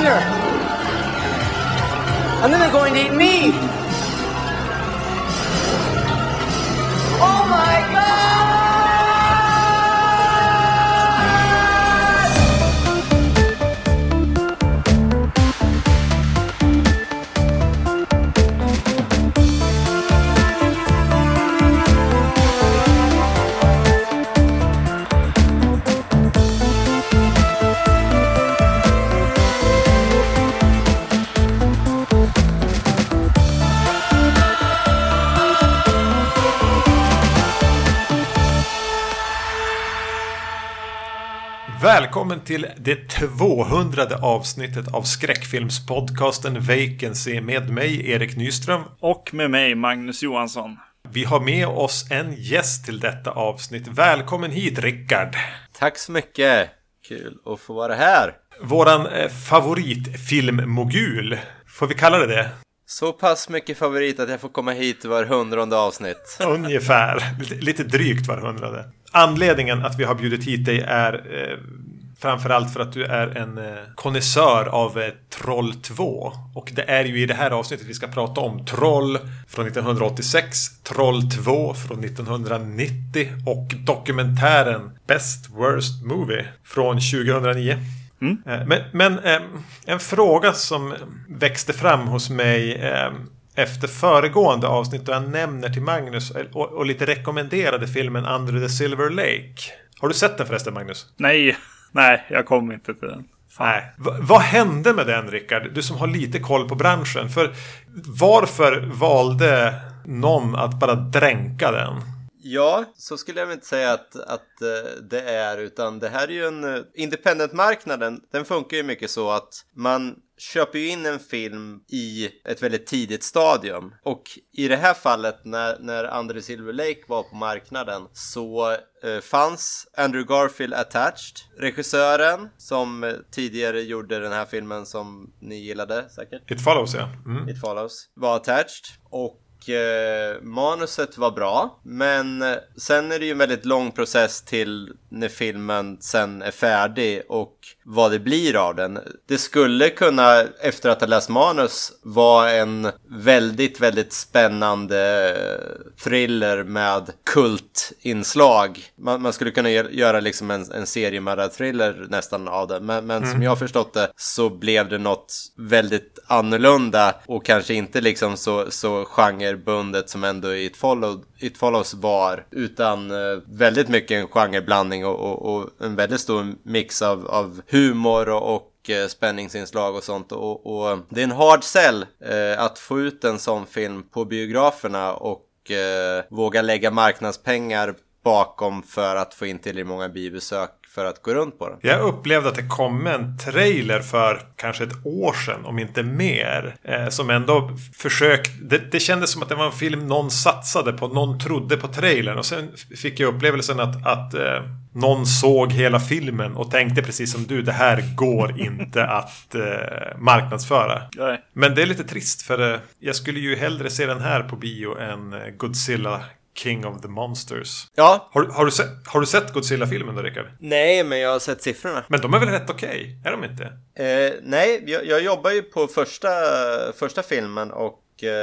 dinner. And then they're going to eat me. Oh my God! Välkommen till det 200:e avsnittet av skräckfilmspodcasten Vacancy med mig Erik Nyström och med mig Magnus Johansson. Vi har med oss en gäst till detta avsnitt. Välkommen hit Rickard. Tack så mycket. Kul att få vara här. Våran favoritfilmmogul. Får vi kalla det? Så pass mycket favorit att jag får komma hit var 100:e avsnitt. Ungefär. Lite drygt var 100:e. Anledningen att vi har bjudit hit dig är framförallt för att du är en konnässör av Troll 2. Och det är ju i det här avsnittet vi ska prata om Troll från 1986, Troll 2 från 1990 och dokumentären Best Worst Movie från 2009. Men en fråga som växte fram hos mig efter föregående avsnitt då jag nämner till Magnus och lite rekommenderade filmen Under the Silver Lake. Har du sett den förresten, Magnus? Nej, jag kom inte till den. Nej. Vad hände med den, Rickard? Du som har lite koll på branschen. För varför valde någon att bara dränka den? Ja, så skulle jag väl inte säga att det är, utan det här är ju en independent-marknaden. Den funkar ju mycket så att man köper ju in en film i ett väldigt tidigt stadium. Och i det här fallet när Under Silver Lake var på marknaden så fanns Andrew Garfield attached. Regissören som tidigare gjorde den här filmen som ni gillade säkert. It Follows, ja. It Follows var attached. Och manuset var bra, men sen är det ju en väldigt lång process till när filmen sen är färdig och vad det blir av den. Det skulle kunna, efter att ha läst manus, vara en väldigt, väldigt spännande thriller med kultinslag. Man skulle kunna göra liksom en seriemördarthriller nästan av det, men som jag har förstått det så blev det något väldigt annorlunda och kanske inte liksom så genrebundet som ändå It Follows var, utan väldigt mycket en genreblandning och en väldigt stor mix av humor och spänningsinslag och sånt, och det är en hard sell att få ut en sån film på biograferna och våga lägga marknadspengar bakom för att få in tillräckligt många biobesök för att gå runt på den. Jag upplevde att det kom en trailer för kanske ett år sedan, om inte mer, som ändå det kändes som att det var en film någon satsade på, någon trodde på trailern, och sen fick jag upplevelsen att någon såg hela filmen och tänkte precis som du, det här går inte att marknadsföra. Nej. Men det är lite trist, för jag skulle ju hellre se den här på bio än Godzilla King of the Monsters. Ja. Har du sett Godzilla-filmen då, Rickard? Nej, men jag har sett siffrorna. Men de är väl rätt okej? Är de inte? Nej, jag jobbar ju på första filmen och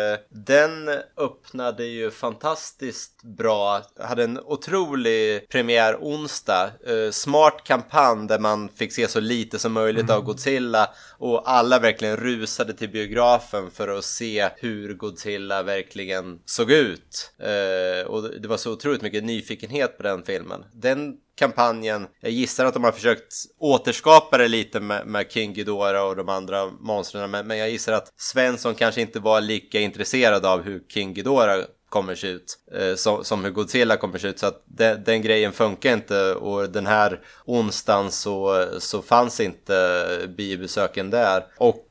den öppnade ju fantastiskt bra. Hade en otrolig premiär onsdag. Smart kampanj där man fick se så lite som möjligt av Godzilla, och alla verkligen rusade till biografen för att se hur Godzilla verkligen såg ut. Och det var så otroligt mycket nyfikenhet på den filmen. Den kampanjen, jag gissar att de har försökt återskapa det lite med King Ghidorah och de andra monstren, men jag gissar att Svensson kanske inte var lika intresserad av hur King Ghidorah kommer se ut som hur Godzilla kommer se ut, så att den grejen funkar inte, och den här onsdagen så fanns inte biobesöken där. Och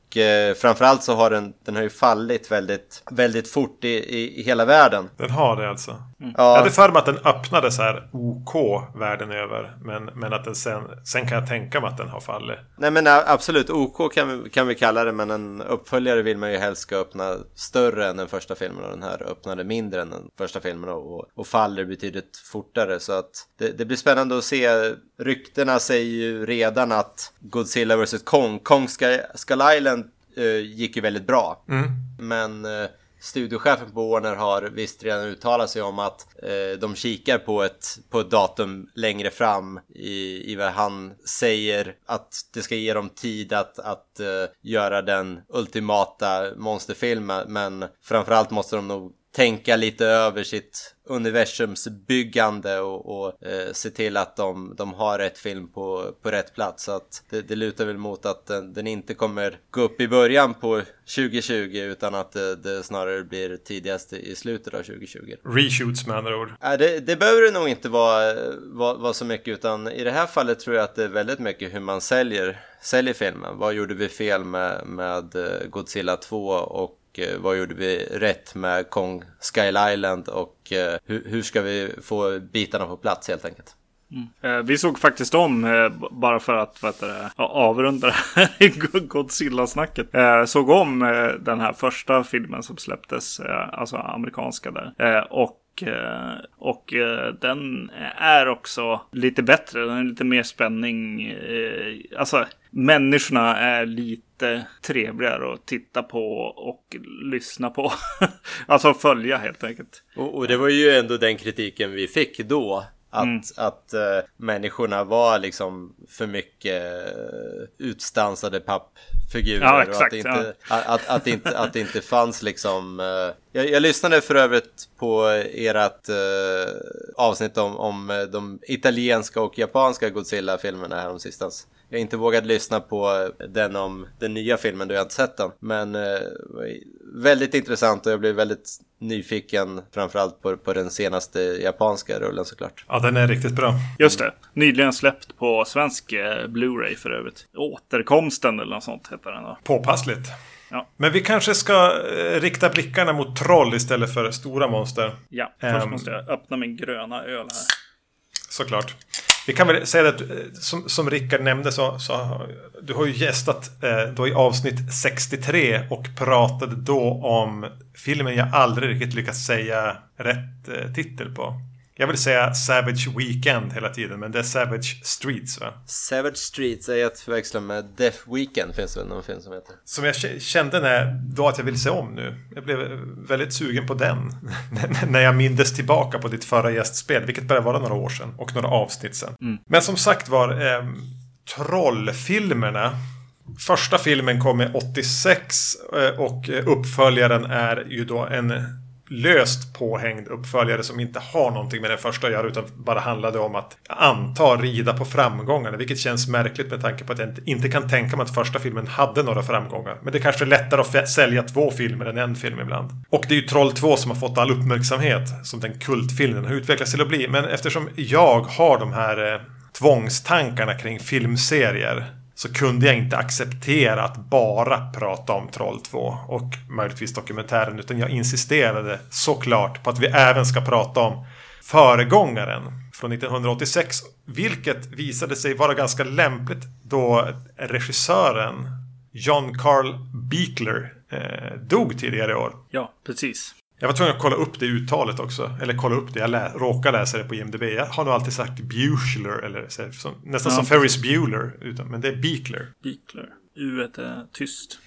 framförallt så har den har ju fallit väldigt, väldigt fort i hela världen. Den har det alltså. Ja. Jag hade för mig att den öppnade så här OK världen över. Men att den sen kan jag tänka mig att den har fallit. Nej men absolut, OK kan vi kalla det, men en uppföljare vill man ju helst ska öppna större än den första filmen, och den här öppnade mindre än den första filmen och faller betydligt fortare, så att det blir spännande att se. Ryktena säger ju redan att Godzilla vs. Kong Skull Island gick ju väldigt bra. Men studiochefen på Warner har visst redan uttalat sig om att de kikar på ett datum längre fram i vad han säger att det ska ge dem tid att göra den ultimata monsterfilmen, men framförallt måste de nog tänka lite över sitt universums byggande och se till att de har rätt film på rätt plats. Så att det lutar väl mot att den inte kommer gå upp i början på 2020, utan att det snarare blir tidigast i slutet av 2020. Reshoots med andra ord. Det behöver det nog inte vara så mycket, utan i det här fallet tror jag att det är väldigt mycket hur man säljer filmen. Vad gjorde vi fel med Godzilla 2 och vad gjorde vi rätt med Kong Skull Island, och hur ska vi få bitarna på plats helt enkelt. Vi såg faktiskt bara för att avrunda det här Godzilla-snacket, såg om den här första filmen som släpptes, alltså amerikanska där, och den är också lite bättre, den är lite mer spänning, alltså människorna är lite trevligare att titta på och lyssna på. Alltså följa helt enkelt. Och det var ju ändå den kritiken vi fick då. Att människorna var liksom för mycket utstansade pappfigurer. Ja, exakt, och att det inte fanns liksom... Jag lyssnade för övrigt på ert avsnitt om de italienska och japanska Godzilla-filmerna här om sistens. Jag har inte vågat lyssna på den om den nya filmen, då jag inte sett den. Men väldigt intressant, och jag blev väldigt nyfiken framförallt på den senaste japanska rullen såklart. Ja, den är riktigt bra. Just det, nyligen släppt på svensk Blu-ray för övrigt. Återkomsten eller något sånt heter den då. Påpassligt. Ja. Men vi kanske ska rikta blickarna mot troll istället för stora monster. Ja, först måste jag öppna min gröna öl här. Såklart. Vi kan väl säga att som Rickard nämnde så du har ju gästat då i avsnitt 63 och pratade då om filmen jag aldrig riktigt lyckats säga rätt titel på. Jag vill säga Savage Weekend hela tiden, men det är Savage Streets, va? Savage Streets är att förväxla med Death Weekend, finns det någon film som heter. Som jag kände då att jag vill se om nu. Jag blev väldigt sugen på den när jag mindes tillbaka på ditt förra gästspel, vilket började vara några år sedan och några avsnitt sedan. Men som sagt var, trollfilmerna. Första filmen kom i 86 och uppföljaren är ju då en löst påhängd uppföljare som inte har någonting med den första att göra, utan bara handlade om att rida på framgångarna, vilket känns märkligt med tanke på att jag inte kan tänka mig att första filmen hade några framgångar. Men det kanske är lättare att sälja 2 filmer än en film ibland. Och det är ju Troll 2 som har fått all uppmärksamhet som den kultfilmen har utvecklats till att bli. Men eftersom jag har de här tvångstankarna kring filmserier, så kunde jag inte acceptera att bara prata om Troll 2 och möjligtvis dokumentären, utan jag insisterade såklart på att vi även ska prata om föregångaren från 1986, vilket visade sig vara ganska lämpligt då regissören John Carl Buechler dog tidigare i år. Ja, precis. Jag var tvungen att kolla upp det uttalet också. Eller kolla upp det. Jag råkar läsa det på IMDb. Jag har nog alltid sagt Buechler. Eller nästan som Ferris Bueller. Men det är Buechler. Buechler. U-et är tyst.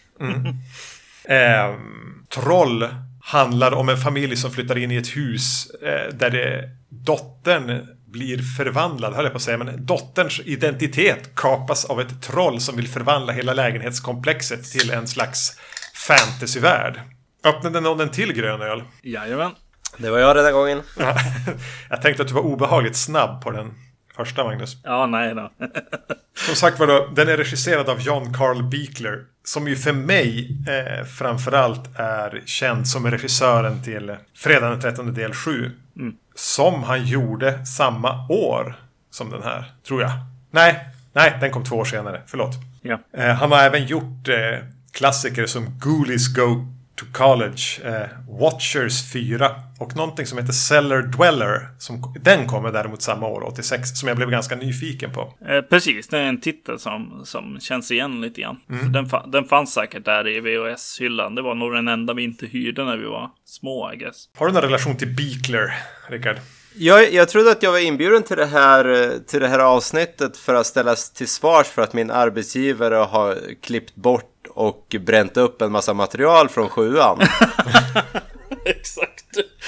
Troll handlar om en familj som flyttar in i ett hus där dottern blir förvandlad, höll jag på att säga. Men dotterns identitet kapas av ett troll som vill förvandla hela lägenhetskomplexet till en slags fantasyvärld. Öppnade någon en till grön öl? Jajamän. Det var jag den här gången. Jag tänkte att du var obehagligt snabb på den första, Magnus. Ja, nej då. Som sagt var då, den är regisserad av John Carl Buechler, som ju för mig framförallt är känd som regissören till Fredagen den 13 del 7. Som han gjorde samma år som den här, tror jag. Nej, den kom 2 år senare, förlåt. Ja. Han har även gjort klassiker som Ghoulies Go to College, Watchers 4 och någonting som heter Cellar Dweller. Den kommer däremot samma år, 86, som jag blev ganska nyfiken på. Precis, det är en titel som känns igen lite grann. Den fanns säkert där i VHS-hyllan. Det var nog den enda vi inte hyrde när vi var små, I guess. Har du någon relation till Beakler, Rickard? Jag trodde att jag var inbjuden till det här avsnittet för att ställas till svars för att min arbetsgivare har klippt bort och bränt upp en massa material från 7:an. Exakt.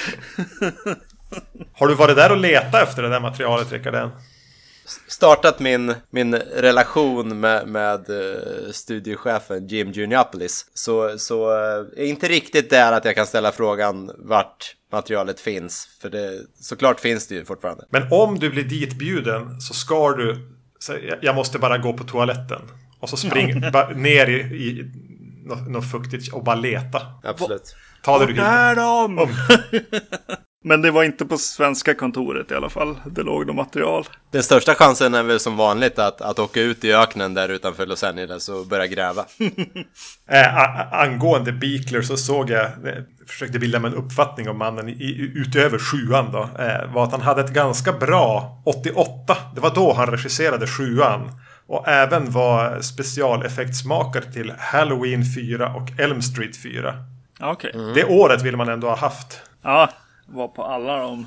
Har du varit där och letat efter det där materialet, Rickard? Startat min relation med studiechefen Jim Juniapolis. Så är inte riktigt där att jag kan ställa frågan vart materialet finns. För det, såklart finns det ju fortfarande. Men om du blir ditbjuden så ska du säga, jag måste bara gå på toaletten. Och så spring ner i något fuktigt och bara leta. Absolut. Ta det du hittar. Men det var inte på svenska kontoret i alla fall. Det låg något material. Den största chansen är väl som vanligt att åka ut i öknen där utanför Los Angeles och börja gräva. Angående Beakler så såg jag, försökte bilda mig en uppfattning om mannen utöver 7:an då. Var att han hade ett ganska bra 88. Det var då han regisserade 7:an. Och även var specialeffektsmakare till Halloween 4 och Elm Street 4. Okay. Det året vill man ändå ha haft. Ja, var på alla de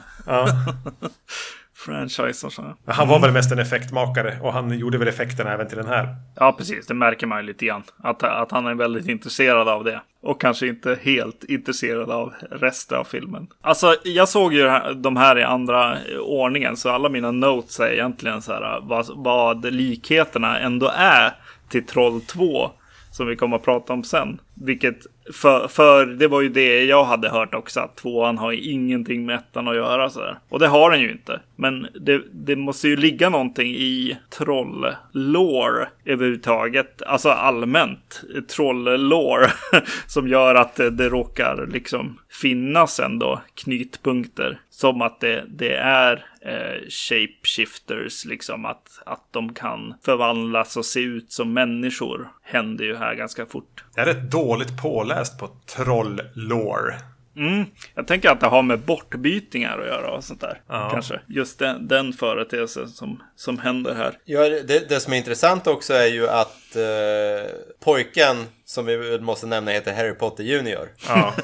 franchises. Han var väl mest en effektmakare och han gjorde väl effekterna även till den här. Ja, precis. Det märker man ju lite grann. Att han är väldigt intresserad av det. Och kanske inte helt intresserad av resten av filmen. Alltså, jag såg ju de här i andra ordningen. Så alla mina notes är egentligen så här vad likheterna ändå är till Troll 2. Som vi kommer att prata om sen. Vilket, för det var ju det jag hade hört också. Att 2:an har ingenting med 1:an att göra. Så där. Och det har den ju inte. Men det måste ju ligga någonting i troll-lore överhuvudtaget. Alltså allmänt troll-lore. Som gör att det råkar liksom finnas ändå knytpunkter. Som att det är shapeshifters, liksom att de kan förvandlas och se ut som människor. Händer ju här ganska fort. Jag är rätt dåligt påläst på troll-lore. Jag tänker att det har med bortbytingar att göra och sånt där. Ja. Kanske. Just den företeelsen som händer här. Ja, det som är intressant också är ju att pojken, som vi måste nämna, heter Harry Potter Junior. Ja.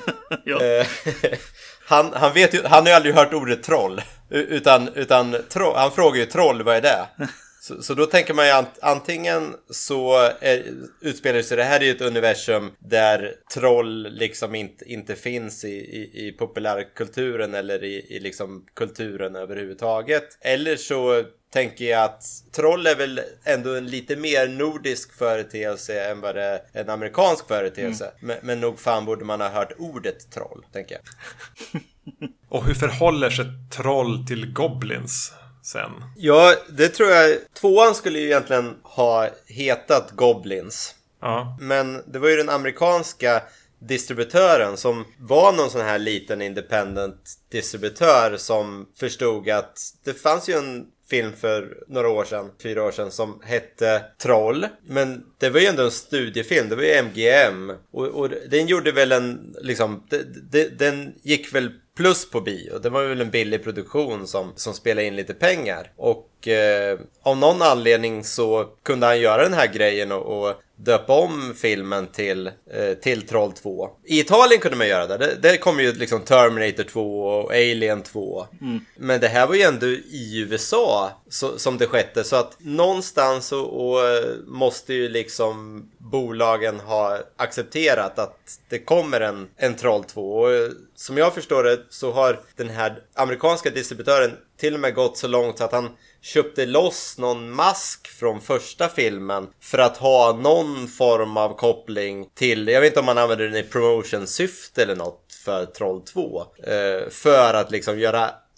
Han vet ju, han har ju aldrig hört ordet troll. Utan han frågar ju troll, vad är det? Så då tänker man ju antingen så utspelar sig det här i ett universum där troll liksom inte finns i populärkulturen eller i liksom kulturen överhuvudtaget. Eller så tänker jag att troll är väl ändå en lite mer nordisk företeelse än vad det är en amerikansk företeelse. Men nog fan borde man ha hört ordet troll, tänker jag. Och hur förhåller sig troll till goblins sen? Ja, det tror jag. 2:an skulle ju egentligen ha hetat Goblins. Ja. Men det var ju den amerikanska distributören som var någon sån här liten independent distributör som förstod att det fanns ju en film för några år sedan, 4 år sedan, som hette Troll. Men det var ju ändå en studiefilm, det var ju MGM. Och den gjorde väl en, liksom, den gick väl plus på bio. Det var väl en billig produktion som spelade in lite pengar. Och av någon anledning så kunde han göra den här grejen och döpa om filmen till Troll 2. I Italien kunde man göra det. Det kom ju liksom Terminator 2 och Alien 2. Men det här var ju ändå i USA som det skedde. Så att någonstans och måste ju liksom bolagen ha accepterat att det kommer en Troll 2. Och som jag förstår det så har den här amerikanska distributören till och med gått så långt så att han köpte loss någon mask från första filmen för att ha någon form av koppling till, jag vet inte om man använder den i promotion-syfte eller något för Troll 2, för att liksom göra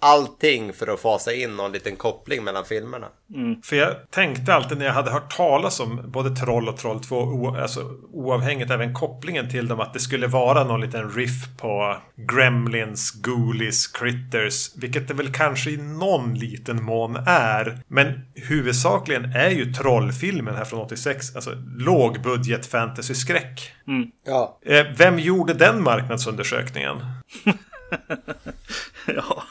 allting för att fasa in någon liten koppling mellan filmerna. För jag tänkte alltid när jag hade hört talas om både Troll och Troll 2, alltså oavhängigt även kopplingen till dem, att det skulle vara någon liten riff på Gremlins, Ghoulies, Critters, vilket det väl kanske i någon liten mån är. Men huvudsakligen är ju Trollfilmen här från 86, alltså lågbudget fantasy-skräck. Ja. Vem gjorde den marknadsundersökningen? Ja.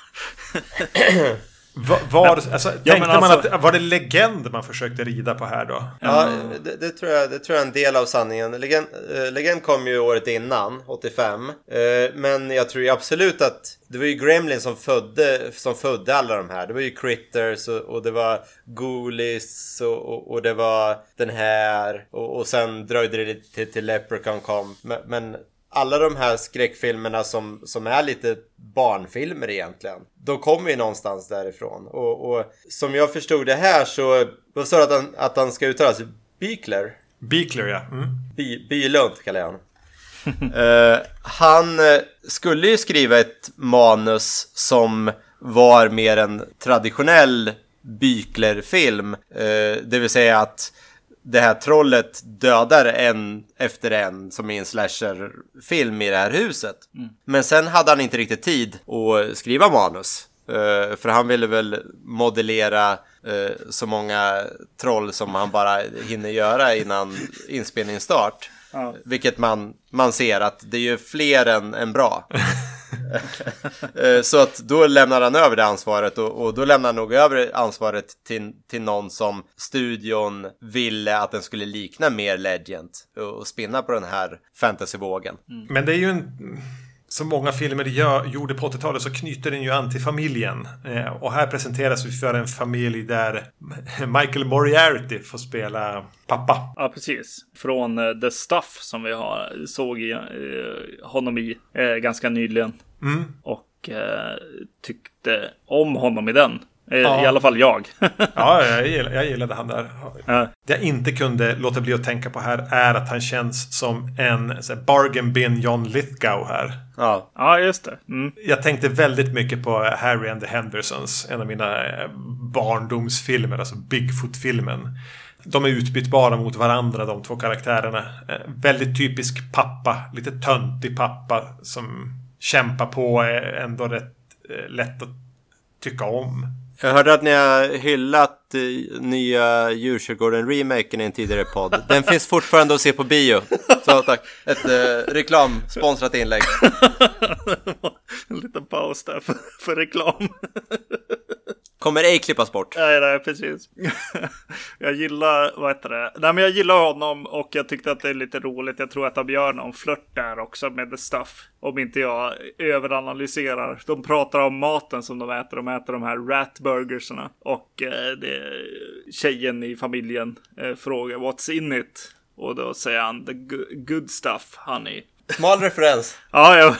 Var det legend man försökte rida på här då? Ja, det tror jag är en del av sanningen. Legend kom ju året innan, 85. Men jag tror ju absolut att det var ju Gremlin som födde alla de här. Det var ju Critters och det var Ghoulies och det var den här. Och sen dröjde det lite till Leprechaun kom. Men alla de här skräckfilmerna som är lite barnfilmer egentligen, de kommer ju någonstans därifrån. Och som jag förstod det här så sa det att han ska uttalas Beekler. Beekler, ja. Bylund kallar jag honom. Han skulle ju skriva ett manus som var mer en traditionell Beekler-film. Det vill säga att det här trollet dödar en efter en som i en slasher-film i det här huset. Men sen hade han inte riktigt tid att skriva manus. För han ville väl modellera så många troll som han bara hinner göra innan inspelningsstart. Ja. Vilket man ser att det är ju fler än bra. Så att då lämnar han över det ansvaret och då lämnar han nog över ansvaret till någon som studion ville att den skulle likna mer Legend och spinna på den här fantasyvågen. Men det är ju som många filmer gjorde på 80-talet, så knyter den ju an till familjen. Och här presenteras vi för en familj där Michael Moriarty får spela pappa. Ja, precis. Från The Stuff som vi såg honom i ganska nyligen. Och tyckte om honom i den. I alla fall jag. Ja, jag gillade han där. Det jag inte kunde låta bli att tänka på här är att han känns som en bargain bin John Lithgow här. Ja, just det. Jag tänkte väldigt mycket på Harry and the Hendersons, en av mina barndomsfilmer, alltså Bigfoot-filmen. De är utbytbara mot varandra, de två karaktärerna. Väldigt typisk pappa, lite töntig pappa som kämpar på, ändå rätt lätt att tycka om. Jag hörde att ni har hyllat nya Djurkyrkogården-remaken i en tidigare podd. Den finns fortfarande att se på bio. Så tack. Ett reklamsponsrat inlägg. En liten paus där för reklam. Kommer ej klippas bort. Nej, precis. Jag gillar, Nej, men jag gillar honom och jag tyckte att det är lite roligt. Jag tror att de gör någon flört där också med The Stuff. Om inte jag överanalyserar. De pratar om maten som de äter. De äter de här ratburgersarna. Och tjejen i familjen frågar what's in it? Och då säger han the good stuff, honey. Smal referens. Ja.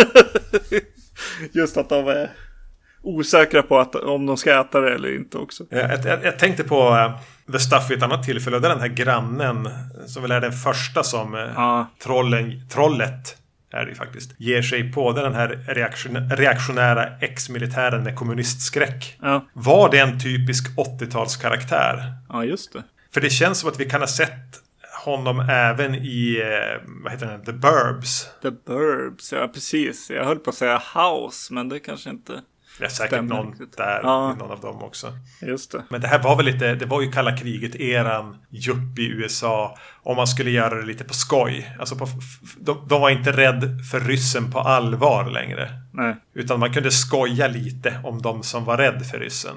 Just att de är osäkra på om de ska äta det eller inte också. Jag tänkte på The Stuff i ett annat tillfälle. Där den här grannen, som väl är den första som trollet är det ju faktiskt, ger sig på den här reaktionära ex-militären med kommunistskräck. Ja. Var det en typisk 80-talskaraktär? Ja, just det. För det känns som att vi kan ha sett honom även i, vad heter den? The Burbs. The Burbs, ja precis. Jag höll på att säga House, men det kanske inte... Det är säkert någon där, någon av dem också. Just det. Men det här var väl det var ju kalla kriget-eran jupp i USA. Om man skulle göra det lite på skoj. Alltså de var inte rädd för ryssen på allvar längre. Nej. Utan man kunde skoja lite om de som var rädd för ryssen.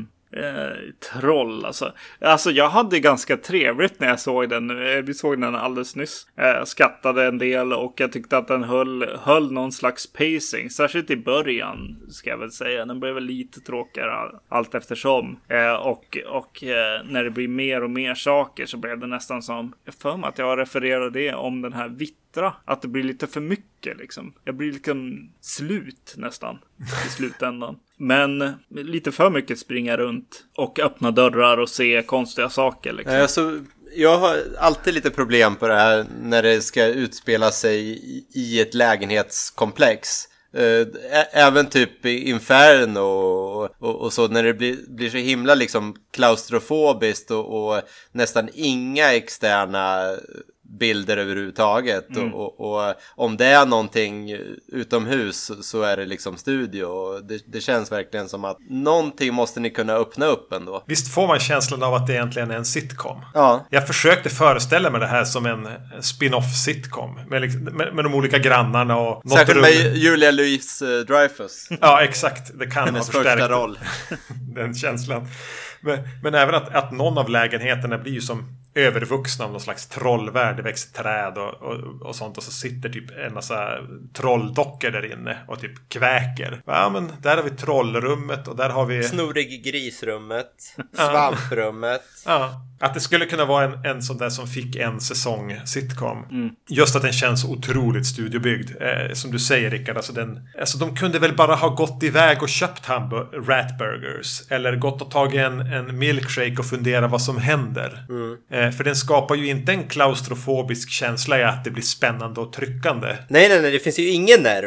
Troll alltså jag hade ganska trevligt när jag såg den. Vi såg den alldeles nyss. Skattade en del och jag tyckte att den höll någon slags pacing. Särskilt i början ska jag väl säga. Den blev väl lite tråkigare allt eftersom. Och när det blir mer och mer saker så blev det nästan som, jag för mig att jag refererade det om den här vittra. Att det blir lite för mycket liksom. Jag blir liksom slut nästan i slutändan. Men lite för mycket springa runt och öppna dörrar och se konstiga saker liksom. Alltså, jag har alltid lite problem på det här när det ska utspela sig i ett lägenhetskomplex. Även typ i Inferno och så, när det blir så himla liksom klaustrofobiskt och nästan inga externa bilder överhuvudtaget. Och om det är någonting utomhus så är det liksom studio. Det känns verkligen som att någonting måste ni kunna öppna upp ändå. Visst får man känslan av att det egentligen är en sitcom? Ja. Jag försökte föreställa mig det här som en spin-off sitcom med de olika grannarna och något Särskilt rum. med Julia Louis-Dreyfus. Ja, exakt. Det kan Hennes ha förstärkt första roll. den känslan. Men även att någon av lägenheterna blir ju som övervuxna av någon slags trollvärld. Det växer träd och sånt. Och så sitter typ en massa trolldockor där inne och typ kväker. Ja, men där har vi trollrummet och där har vi... Snorig grisrummet. Svamprummet. Ja. Att det skulle kunna vara en sån där som fick en säsong sitcom. Just att den känns otroligt studiobyggd. Som du säger, Rickard. Alltså de kunde väl bara ha gått iväg och köpt ratburgers. Eller gått och tagit en milkshake och fundera vad som händer. För den skapar ju inte en klaustrofobisk känsla i att det blir spännande och tryckande. Nej, det finns ju ingen nerv.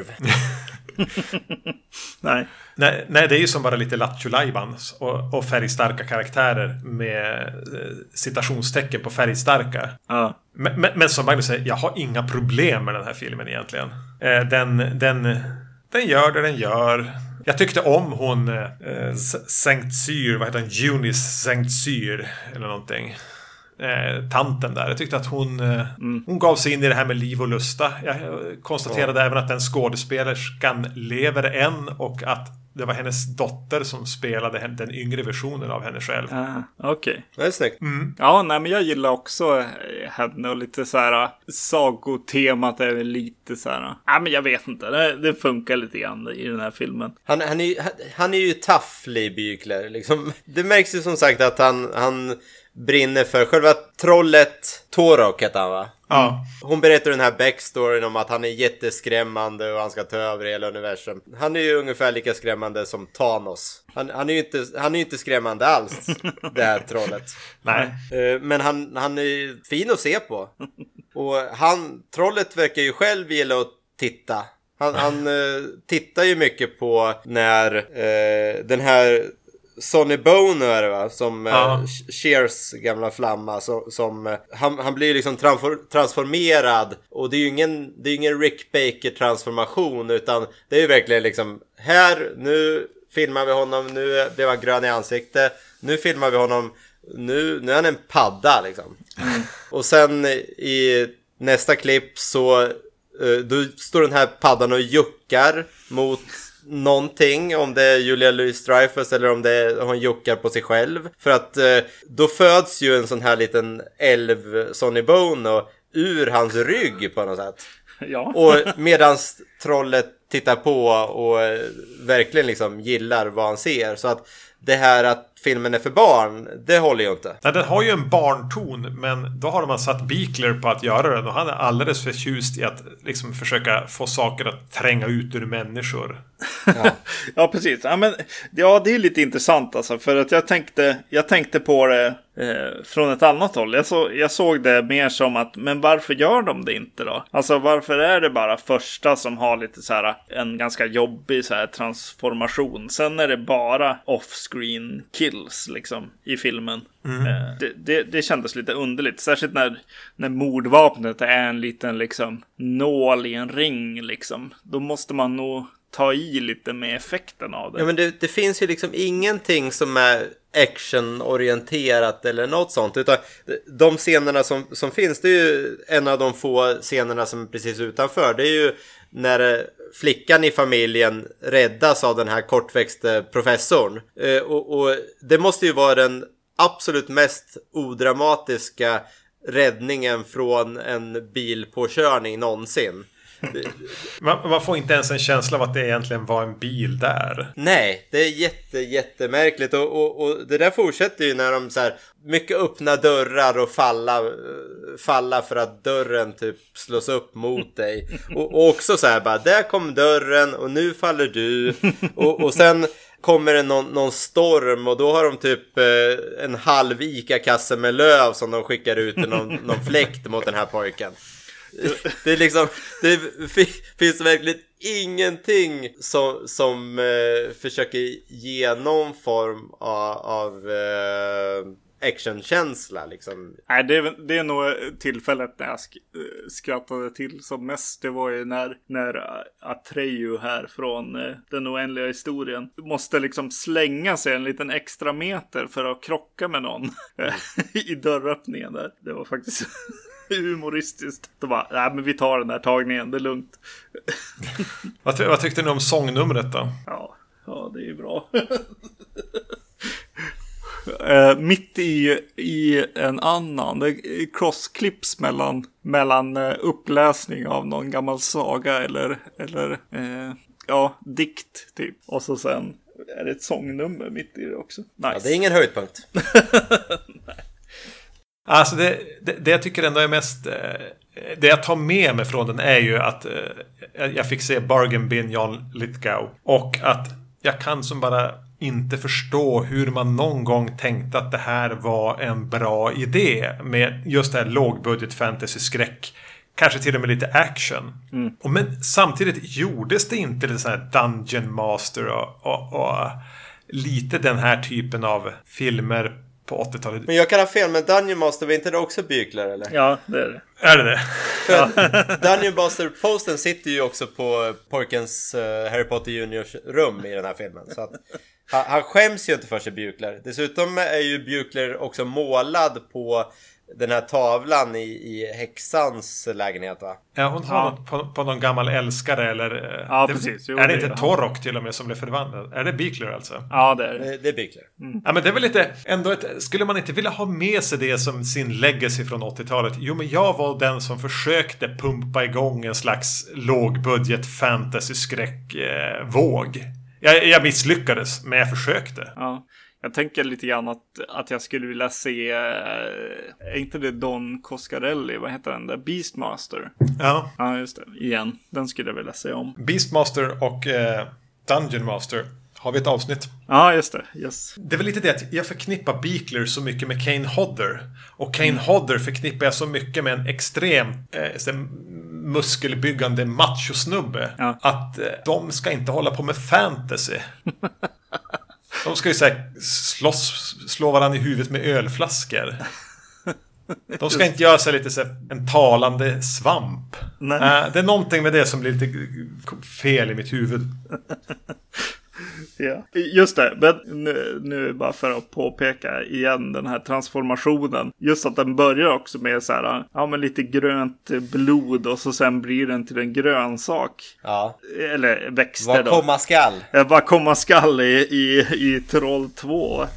Nej. Nej, det är ju som bara lite lattjolajban och färgstarka karaktärer med citationstecken på färgstarka. Ja. Men som Magnus säger, jag har inga problem med den här filmen egentligen. Den gör det den gör. Jag tyckte om hon Sankt Syr, vad heter hon? Eunice Sankt Syr eller någonting. Tanten där. Jag tyckte att hon gav sig in i det här med liv och lusta. Jag konstaterade även att den skådespelerskan lever än och att det var hennes dotter som spelade den yngre versionen av henne själv. Okej. Det är snyggt. Ja, nej, men jag gillar också henne och lite så här sagotemat är lite så här. Ja, men jag vet inte. Det funkar lite grann i den här filmen. Han är ju tough, Lee Bygler, liksom. Det märks ju som sagt att han brinner för själva trollet Torok heter han, va? Ja. Hon berättar den här backstoryn om att han är jätteskrämmande och han ska ta över hela universum. Han är ju ungefär lika skrämmande som Thanos. Han är ju inte skrämmande alls, det här trollet. Nej. Men han är fin att se på. Och trollet verkar ju själv gilla att titta. Han tittar ju mycket på när den här Sonny Bono är det, va? Som Cheers gamla flamma som han blir liksom transformerad. Och det är ju ingen Rick Baker transformation, utan det är ju verkligen liksom här, nu filmar vi honom, nu blev han grön i ansikte, nu filmar vi honom, nu är han en padda liksom. Och sen i nästa klipp så då står den här paddan och juckar mot någonting, om det är Julia Louis-Dreyfus eller om det är hon juckar på sig själv. För att då föds ju en sån här liten älv Sonny Bono ur hans rygg på något sätt. Ja. Och medans trollet tittar på och verkligen liksom gillar vad han ser. Så att det här att filmen är för barn, det håller ju inte. Nej, den har ju en barnton, men då har man satt Bigler på att göra den och han är alldeles för tjust i att liksom försöka få saker att tränga ut ur människor. Ja, precis. Ja, det är lite intressant alltså, för att jag tänkte på det från ett annat håll. Jag såg det mer som att, men varför gör de det inte då? Alltså varför är det bara första som har lite så här en ganska jobbig så här transformation. Sen är det bara off-screen kills liksom i filmen. Det kändes lite underligt. Särskilt när mordvapnet är en liten liksom nål i en ring liksom. Då måste man nog ta i lite med effekten av det. Ja, men det finns ju liksom ingenting som är actionorienterat eller något sånt, utan de scenerna som finns, det är ju en av de få scenerna som är precis utanför. Det är ju när flickan i familjen räddas av den här kortväxte professorn. Och det måste ju vara den absolut mest odramatiska räddningen från en bilpåkörning någonsin. Man får inte ens en känsla av att det egentligen var en bil där. Nej, det är jättemärkligt. Och det där fortsätter ju när de så här, mycket öppna dörrar och falla för att dörren typ slås upp mot dig. Och också så här bara, där kom dörren och nu faller du. Och sen kommer det någon storm och då har de typ en halv Ica-kasse med löv som de skickar ut i någon fläkt mot den här pojken. Det är liksom, det finns verkligen ingenting som försöker ge någon form av actionkänsla liksom. Nej, det är nog tillfället när jag skrattade till som mest. Det var ju när Atreyu här från Den oändliga historien måste liksom slänga sig en liten extra meter för att krocka med någon i dörröppningen där. Det var faktiskt humoristiskt. Då bara, nej men vi tar den här tagningen, det är lugnt. Vad tyckte ni om sångnumret då? Ja, det är ju bra. Mitt i en annan, det är crossclips mellan uppläsning av någon gammal saga eller dikt typ. Och så sen är det ett sångnummer mitt i det också. Nice. Ja, det är ingen höjdpunkt. Nej. Alltså det jag tycker ändå är mest... Det jag tar med mig från den är ju att jag fick se Bargain Bin John Lithgow. Och att jag kan som bara inte förstå hur man någon gång tänkte att det här var en bra idé. Med just det här lågbudget fantasy-skräck. Kanske till och med lite action. Men samtidigt gjordes det inte lite så här Dungeon Master och lite den här typen av filmer på 80-talet. Men jag kan ha fel, men Dungeon Master, var inte det också Bykler eller? Ja, det är det. Är det? För Dungeon Master-posten sitter ju också på pojkens Harry Potter Juniors rum i den här filmen. Så att han skäms ju inte för sig Bykler. Dessutom är ju Bykler också målad på den här tavlan i häxans lägenhet, va? Ja, hon har på någon gammal älskare eller... Ja, precis. Jo, är det inte Torok till och med som blev förvandlad? Är det Bykler alltså? Ja, det är det. Det är Bykler. Ja, men det är väl lite... Skulle man inte vilja ha med sig det som sin legacy från 80-talet? Jo, men jag var den som försökte pumpa igång en slags lågbudget fantasy-skräck-våg. Jag misslyckades, men jag försökte. Ja. Jag tänker lite grann att jag skulle vilja se, är inte det Don Coscarelli, vad heter den där? Beastmaster. Ja. Ja, just det. Igen, den skulle jag vilja se om. Beastmaster och Dungeon Master har vi ett avsnitt. Ja, just det. Yes. Det är väl lite det att jag förknippar Bykler så mycket med Kane Hodder. Och Kane Hodder förknippar jag så mycket med en extrem muskelbyggande machosnubbe. Ja. Att de ska inte hålla på med fantasy. De ska ju så här slå varandra i huvudet med ölflaskor. De ska inte göra sig lite så här, en talande svamp. Det är någonting med det som blir lite fel i mitt huvud. Ja, just det. Men nu bara för att påpeka igen den här transformationen. Just att den börjar också med så här, ja men lite grönt blod och så sen blir den till en grönsak. Ja. Eller växter då. Vad komma skall i Troll 2.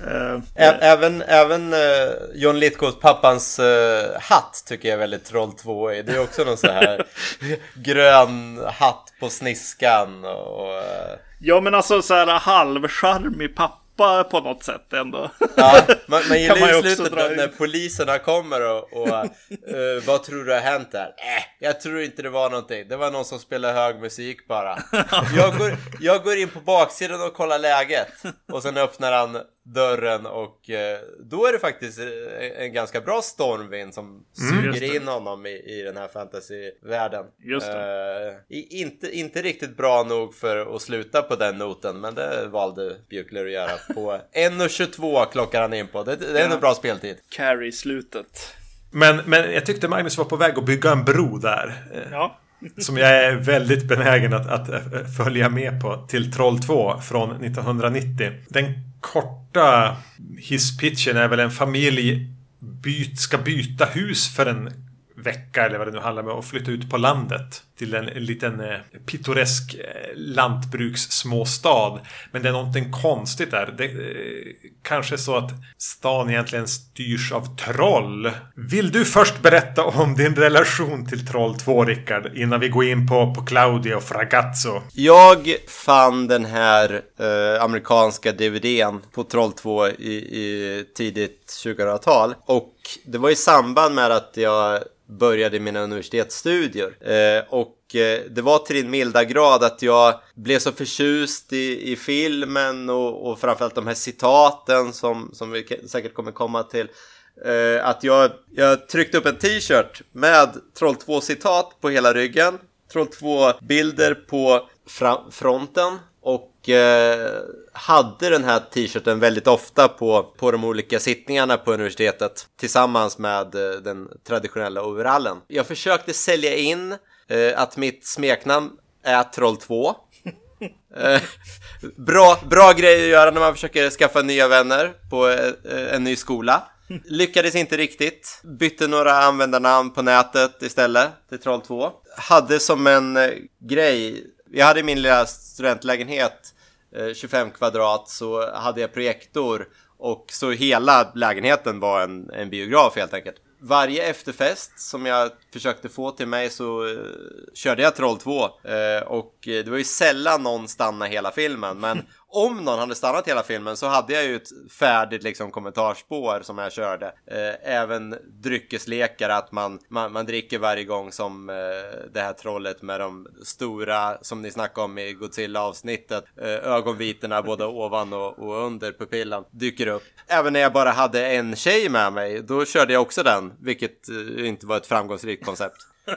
Även John Lithgows pappans hatt tycker jag är väldigt Troll 2. Det är också någon så här grön hatt på sniskan och... Ja, men alltså så här halvcharmig pappa på något sätt ändå. Ja, man gillar ju slutet när poliserna kommer och vad tror du har hänt där? Jag tror inte det var någonting. Det var någon som spelade hög musik bara. Jag går in på baksidan och kollar läget. Och sen öppnar han dörren och då är det faktiskt en ganska bra stormvind som suger in honom i den här fantasyvärlden. Just det. Inte riktigt bra nog för att sluta på den noten, men det valde Bykler att göra. På 1:22 klockar han in på. Det är en bra speltid. Carry slutet. Men jag tyckte Magnus var på väg att bygga en bro där. Ja. Som jag är väldigt benägen att följa med på till Troll 2 från 1990. Den korta hisspitchen är väl en familj ska byta hus för en vecka eller vad det nu handlar om och flytta ut på landet till en liten pittoresk lantbrukssmåstad. Men det är någonting konstigt där. Det kanske är så att stan egentligen styrs av troll. Vill du först berätta om din relation till Troll 2, Rickard, innan vi går in på Claudia och Fragazzo? Jag fann den här amerikanska DVD:n på Troll 2 i tidigt 2000-tal. Och det var i samband med att jag började mina universitetsstudier. Och det var till en milda grad att jag blev så förtjust i filmen och framförallt de här citaten som vi säkert kommer komma till. Att jag tryckte upp en t-shirt med Troll 2 citat på hela ryggen. Troll 2-bilder på fronten. Och hade den här t-shirten väldigt ofta på de olika sittningarna på universitetet. Tillsammans med den traditionella overallen. Jag försökte sälja in att mitt smeknamn är Troll 2. Bra grej att göra när man försöker skaffa nya vänner på en ny skola. Lyckades inte riktigt. Bytte några användarnamn på nätet istället till Troll 2. Hade som en grej, jag hade min lilla studentlägenhet 25 kvadrat, så hade jag projektor. Och så hela lägenheten var en biograf helt enkelt. Varje efterfest som jag försökte få till mig så körde jag Troll 2. Och det var ju sällan någon stannade hela filmen. Men om någon hade stannat hela filmen så hade jag ju ett färdigt liksom kommentarspår som jag körde. Även dryckeslekar, att man dricker varje gång som det här trollet med de stora, som ni snackade om i Godzilla-avsnittet, ögonvitorna både ovan och under pupillen dyker upp. Även när jag bara hade en tjej med mig, då körde jag också den, vilket inte var ett framgångsrikt koncept.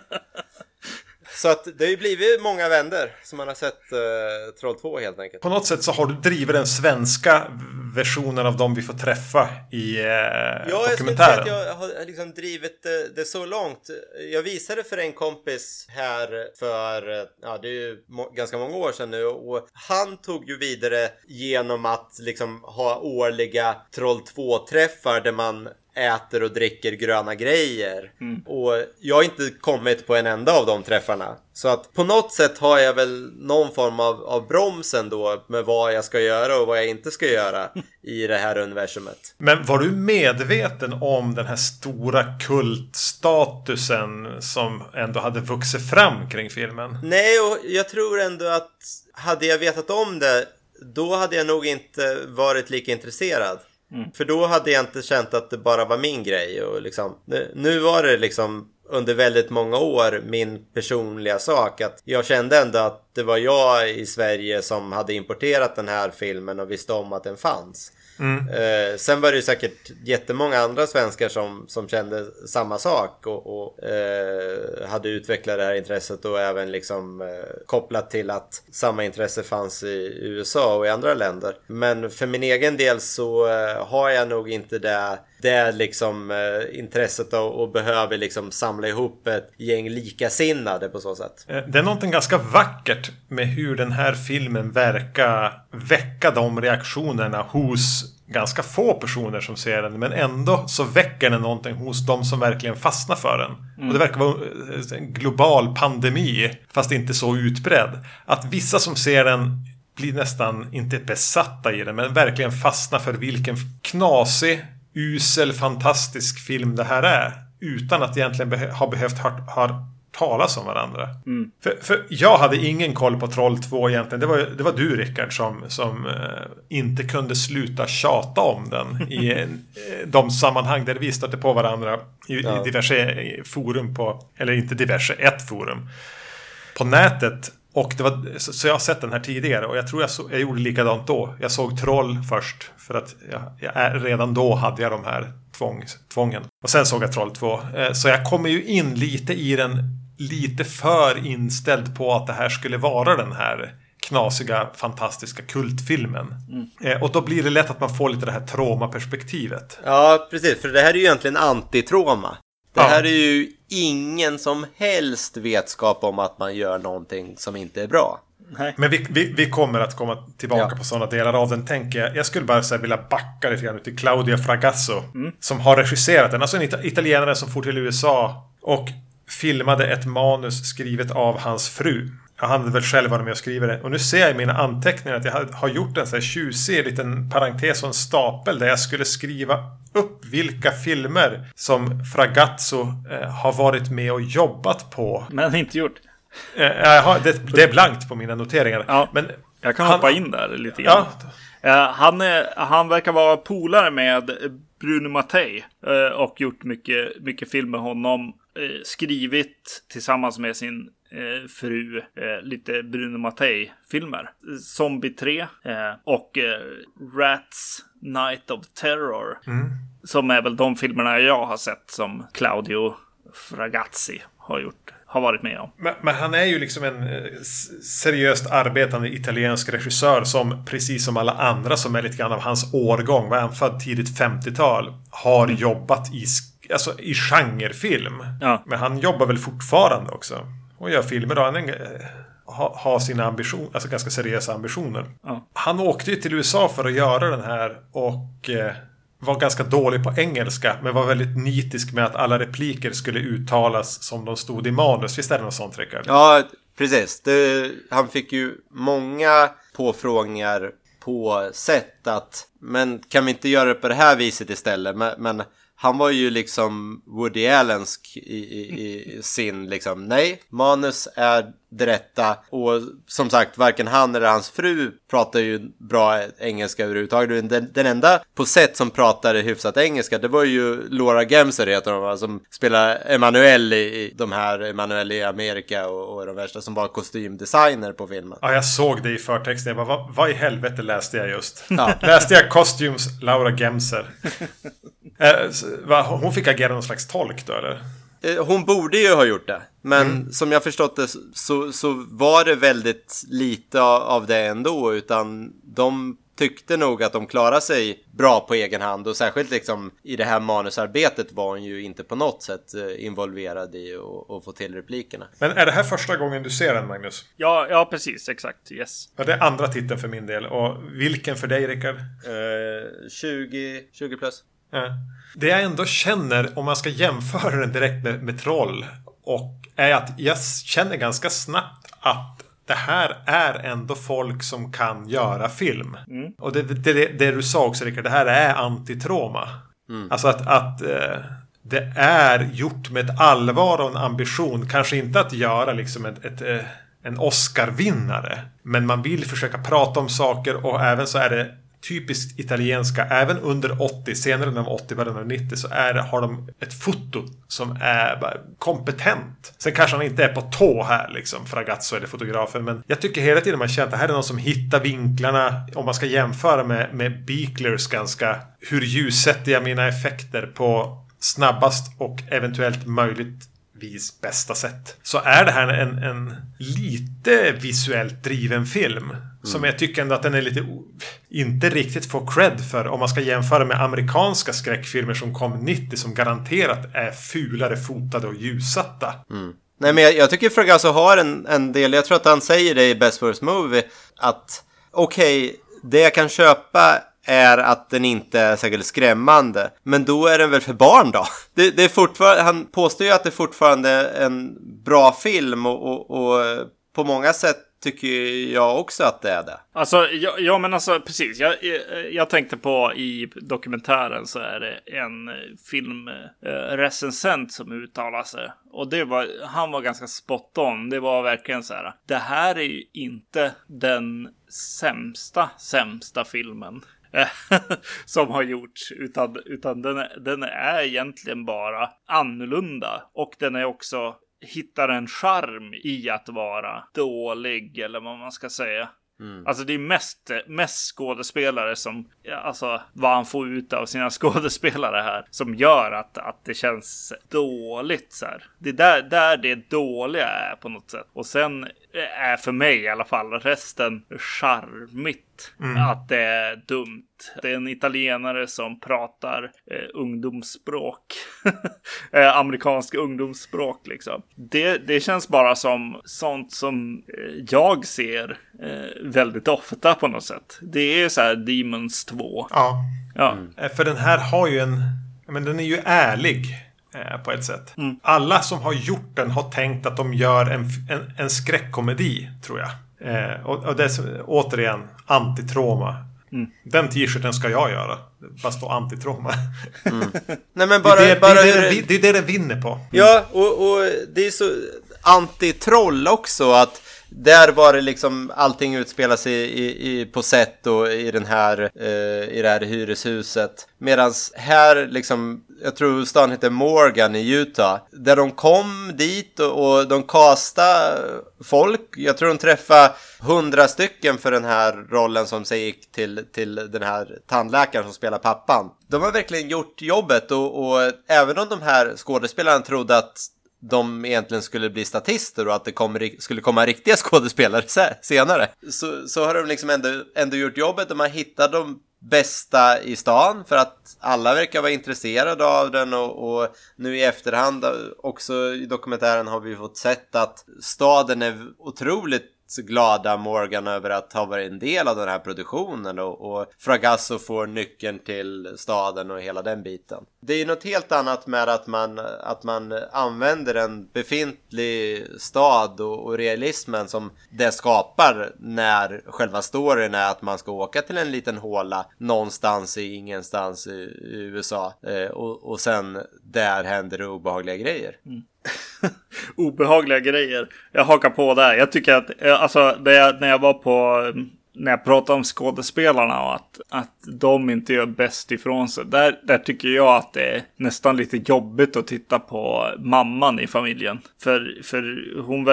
Så att det har ju blivit många vänder som man har sett Troll 2 helt enkelt. På något sätt så har du drivit den svenska versionen av dem vi får träffa i dokumentären. Jag har liksom drivit det så långt. Jag visade för en kompis här för, det är ju ganska många år sedan nu. Och han tog ju vidare genom att liksom ha årliga Troll 2-träffar där man äter och dricker gröna grejer. Och jag har inte kommit på en enda av de träffarna. Så att på något sätt har jag väl någon form av bromsen då med vad jag ska göra och vad jag inte ska göra i det här universumet. Men var du medveten om den här stora kultstatusen som ändå hade vuxit fram kring filmen? Nej, och jag tror ändå att hade jag vetat om det, då hade jag nog inte varit lika intresserad. För då hade jag inte känt att det bara var min grej. Och liksom, nu var det liksom under väldigt många år min personliga sak. Att jag kände ändå att det var jag i Sverige som hade importerat den här filmen och visste om att den fanns. Sen var det ju säkert jättemånga andra svenskar som kände samma sak och hade utvecklat det här intresset och även liksom kopplat till att samma intresse fanns i USA och i andra länder. Men för min egen del så har jag nog inte det liksom intresset och behöver liksom samla ihop ett gäng likasinnade på så sätt. Det är någonting ganska vackert med hur den här filmen verkar väcka de reaktionerna hos ganska få personer som ser den, men ändå så väcker den någonting hos de som verkligen fastnar för den. Och det verkar vara en global pandemi, fast inte så utbredd. Att vissa som ser den blir nästan inte besatta i den, men verkligen fastnar för vilken knasig, usel, fantastisk film det här är. Utan att egentligen ha behövt höra talas om varandra. För jag hade ingen koll på Troll 2 egentligen. Det var du, Rickard, som inte kunde sluta tjata om den i de sammanhang där vi stötte på varandra i diverse forum eller inte diverse, ett forum på nätet. Och så jag har sett den här tidigare och jag tror jag gjorde likadant då. Jag såg Troll först för att redan då hade jag de här tvången. Och sen såg jag Troll 2. Så jag kommer ju in lite i den, lite för inställd på att det här skulle vara den här knasiga, fantastiska kultfilmen. Och då blir det lätt att man får lite det här trauma-perspektivet. Ja, precis. För det här är ju egentligen antitrauma. Det här är ju ingen som helst vetskap om att man gör någonting som inte är bra. Nej. Men vi kommer att komma tillbaka på sådana delar av den, tänker jag. Jag skulle bara vilja backa lite grann till Claudia Fragasso som har regisserat den. Alltså en italienare som for till USA och filmade ett manus skrivet av hans fru. Jag hade väl själv varit med och skriva det. Och nu ser jag i mina anteckningar att jag har gjort en så här tjusig liten parentes och en stapel där jag skulle skriva upp vilka filmer som Fragazzo har varit med och jobbat på. Men inte gjort. Det är blankt på mina noteringar. Ja, men jag kan hoppa in där lite grann. Ja. Han verkar vara polare med Bruno Mattei och gjort mycket film med honom. Skrivit tillsammans med sin fru lite Bruno Mattei-filmer. Zombie 3 och Rats Night of Terror. Som är väl de filmerna jag har sett som Claudio Fragazzi har har varit med om. Men han är ju liksom en seriöst arbetande italiensk regissör som precis som alla andra som är lite grann av hans årgång, var han född tidigt 50-tal, har jobbat i genrefilm. Ja. Men han jobbar väl fortfarande också och gör filmer då. Han har sina ambitioner, alltså ganska seriösa ambitioner. Ja. Han åkte ju till USA för att göra den här och var ganska dålig på engelska, men var väldigt nitisk med att alla repliker skulle uttalas som de stod i manus. Visst är det något sånt, Rickard? Ja, precis. Han fick ju många påfrågningar på sätt att, men kan vi inte göra det på det här viset istället? Men han var ju liksom Woody Allensk i sin liksom, nej, manus är det rätta. Och som sagt, varken han eller hans fru pratar ju bra engelska överhuvudtaget. Den enda på sätt som pratade hyfsat engelska, det var ju Laura Gemser heter hon, som spelar Emanuel i de här Emanuel i Amerika och de värsta, som var kostymdesigner på filmen. Ja, jag såg det i förtexten. Jag bara, vad i helvete läste jag just? Ja. Läste jag Costumes Laura Gemser? Hon fick agera någon slags tolk då, eller? Hon borde ju ha gjort det. Men som jag förstått det så var det väldigt lite av det ändå. Utan de tyckte nog att de klarade sig bra på egen hand. Och särskilt liksom i det här manusarbetet var hon ju inte på något sätt involverad i att få till replikerna. Men är det här första gången du ser den, Magnus? Ja, precis. Exakt. Yes. Ja, det är andra titeln för min del. Och vilken för dig, Rickard? 20 plus. Ja. Det jag ändå känner, om man ska jämföra den direkt med Troll, och är att jag känner ganska snabbt att det här är ändå folk som kan göra film. Och det du sa också, Rickard, det här är antitrauma. Alltså att det är gjort med allvar och en ambition. Kanske inte att göra liksom en Oscar-vinnare, men man vill försöka prata om saker, och även så är det typiskt italienska, även under 80, senare än 80, början av 90, så har de ett foto som är bara kompetent. Sen kanske han inte är på tå här liksom, Fragazzo eller fotografen, men jag tycker hela tiden man känner att det här är någon som hittar vinklarna, om man ska jämföra med Beaklers ganska, hur ljussätter jag mina effekter på snabbast och eventuellt möjligtvis bästa sätt. Så är det här en lite visuellt driven film. Som jag tycker ändå att den är lite inte riktigt får cred för, om man ska jämföra med amerikanska skräckfilmer som kom 90, som garanterat är fulare fotade och ljussatta. Nej, men jag tycker Fragazzo har en del, jag tror att han säger det i Best Worst Movie, att okej, det jag kan köpa är att den inte är särskilt skrämmande, men då är den väl för barn då? Det är fortfarande, han påstår ju att det fortfarande är en bra film, och på många sätt tycker jag också att det är det. Alltså, ja men alltså precis. Jag tänkte på i dokumentären så är det en filmrecensent som uttalar sig. Och han var ganska spot on. Det var verkligen så här: det här är ju inte den sämsta filmen som har gjorts, utan den är egentligen bara annorlunda, och den är också hittar en charm i att vara dålig, eller vad man ska säga. Alltså det är mest skådespelare som, alltså vad han får ut av sina skådespelare här, som gör att det känns dåligt så här. Det är där det dåliga är på något sätt. Och sen är för mig i alla fall resten charmigt. Att det är dumt. Det är en italienare som pratar ungdomsspråk. Amerikansk ungdomsspråk liksom. Det känns bara som sånt som jag ser väldigt ofta på något sätt. Det är så här Demons 2. Ja. För den här har ju men den är ju ärlig på ett sätt. Alla som har gjort den har tänkt att de gör en skräckkomedi, tror jag. Och det är återigen antitrauma. Den t-shirten ska jag göra. Bara stå antitrauma. Nej, men det är det den vinner på. Ja, och det är så antitroll också, att där var det liksom allting utspelar sig på set och i det här hyreshuset. Medans här liksom, jag tror stan heter Morgan i Utah, där de kom dit och de castade folk. Jag tror de träffade 100 stycken för den här rollen som sig gick till den här tandläkaren som spelar pappan. De har verkligen gjort jobbet, och även om de här skådespelarna trodde att de egentligen skulle bli statister och att det skulle komma riktiga skådespelare senare. Så har de liksom ändå gjort jobbet. De har hittat de bästa i stan för att alla verkar vara intresserade av den, och nu i efterhand också i dokumentären har vi fått sett att staden är otroligt glada, Morgan, över att ha varit en del av den här produktionen, och Fragasso får nyckeln till staden och hela den biten. Det är ju något helt annat med att man använder en befintlig stad och realismen som det skapar när själva storyn är att man ska åka till en liten håla någonstans i ingenstans i USA, och sen där händer det obehagliga grejer. Obehagliga grejer. Jag hakar på där. Jag tycker att alltså, när jag pratar om skådespelarna och att de inte gör bäst ifrån sig. Där tycker jag att det är nästan lite jobbigt att titta på mamman i familjen. För hon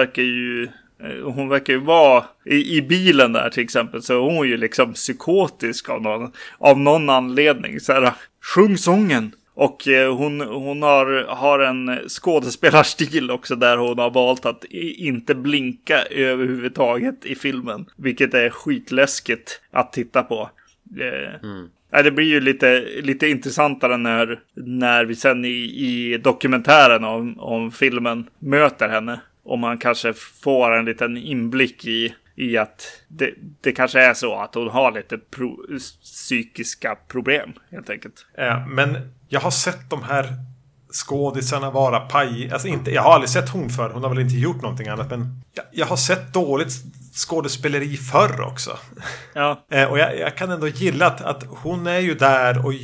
verkar ju vara i bilen där till exempel, så hon är ju liksom psykotisk av någon anledning. Så här, sjung sången. Och hon har en skådespelarstil också där hon har valt att inte blinka överhuvudtaget i filmen. Vilket är skitläskigt att titta på. Det blir ju lite intressantare när vi sen i dokumentären om filmen möter henne. Och man kanske får en liten inblick i att det kanske är så att hon har lite psykiska problem helt enkelt. Men jag har sett de här skådisarna vara alltså jag har aldrig sett hon för. Hon har väl inte gjort någonting annat, men jag har sett dåligt skådespeleri förr också. Ja. Och jag kan ändå gilla att hon är ju där och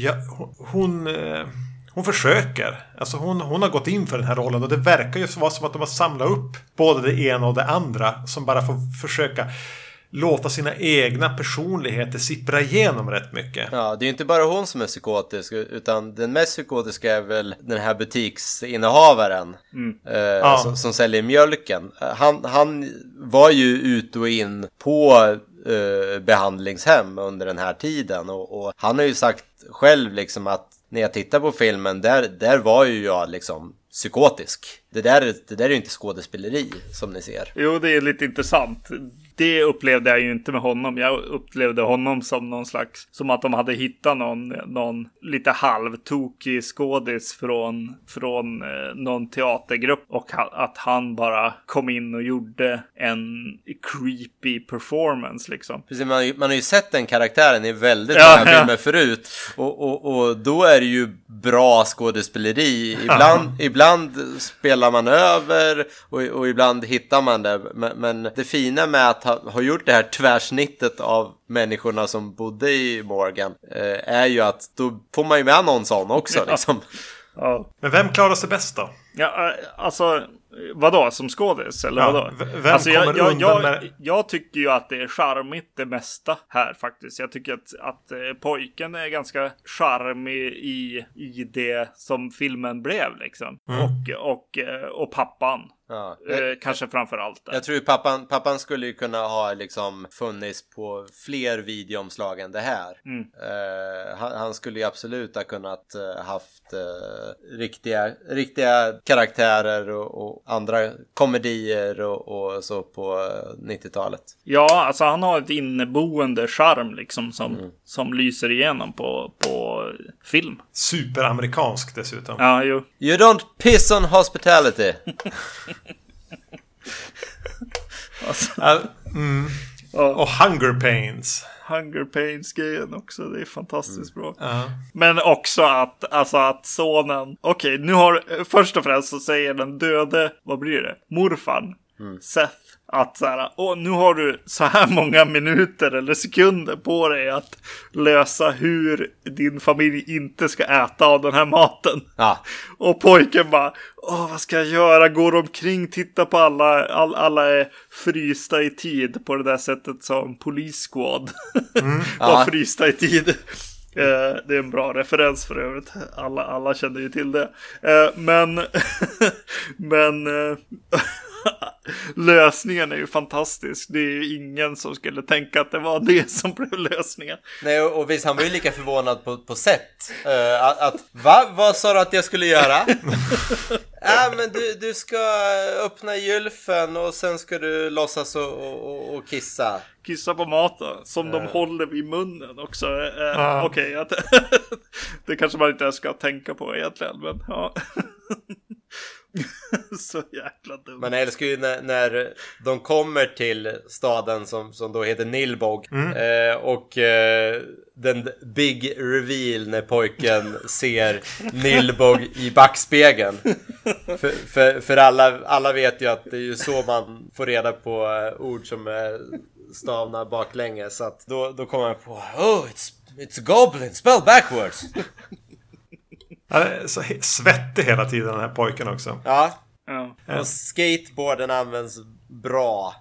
hon försöker. Alltså hon har gått in för den här rollen, och det verkar ju vara som att de har samlat upp både det ena och det andra som bara får försöka låta sina egna personligheter sippra igenom rätt mycket. Ja, det är ju inte bara hon som är psykotisk, utan den mest psykotiska är väl den här butiksinnehavaren som säljer mjölken. Han var ju ut och in på behandlingshem under den här tiden, och han har ju sagt själv liksom att när jag tittar på filmen, där var ju jag liksom psykotisk. Det där är ju inte skådespeleri som ni ser. Jo, det är lite intressant. Det upplevde jag ju inte med honom. Jag upplevde honom som någon slags, som att de hade hittat någon lite halvtokig skådis från någon teatergrupp, och att han bara kom in och gjorde en creepy performance liksom. Precis, man har ju sett den karaktären i väldigt många filmer förut, och då är det ju bra skådespeleri. Ibland spelar man över och ibland hittar man det, men det fina med att ha gjort det här tvärsnittet av människorna som bodde i Morgan är ju att då får man ju med någon sån också liksom. Ja. Men vem klarar sig bäst då? Ja, alltså vadå, som skådis eller vadå? Vem alltså, kommer undan med... jag tycker ju att det är charmigt det mesta här faktiskt. Jag tycker att pojken är ganska charmig i det som filmen blev liksom. Och pappan. Ja. Kanske framförallt. Jag tror ju pappan skulle ju kunna ha liksom funnits på fler videoomslag än det här. Han skulle ju absolut ha kunnat haft riktiga karaktärer och andra komedier och så på 90-talet. Ja, alltså han har ett inneboende charm liksom som lyser igenom på film. Superamerikansk dessutom. Ja, jo. You don't piss on hospitality. Och Hunger Pains. Hunger Pains-grejen också, det är fantastiskt bra. Men också att sonen... Okej, nu har... Först och främst så säger den döde... Vad blir det? Morfan. Seth. Att så här, nu har du så här många minuter eller sekunder på dig att lösa hur din familj inte ska äta av den här maten. Ja. Och pojken bara, vad ska jag göra? Går omkring, titta på alla är frysta i tid på det där sättet som Police Squad var frysta i tid. Det är en bra referens för övrigt. Alla känner ju till det. Men lösningen är ju fantastisk. Det är ju ingen som skulle tänka att det var det som blev lösningen. Nej, och visst, han var ju lika förvånad på sätt. Vad sa du att jag skulle göra? Men du ska öppna gylfen och sen ska du låtsas och kissa. Kissa på maten, som de håller vid munnen också. Okej, det kanske man inte ska tänka på egentligen, men ja. Så jäkla dumt. Man älskar ju när de kommer till staden som då heter Nilbog. Och den big reveal när pojken ser Nilbog i backspegeln. För alla vet ju att det är ju så man får reda på ord som är stavna baklänges. Så att då kommer man på it's a goblin, spell backwards. Han är så svettig hela tiden, den här pojken också. Ja. Ja. Och skateboarden används bra.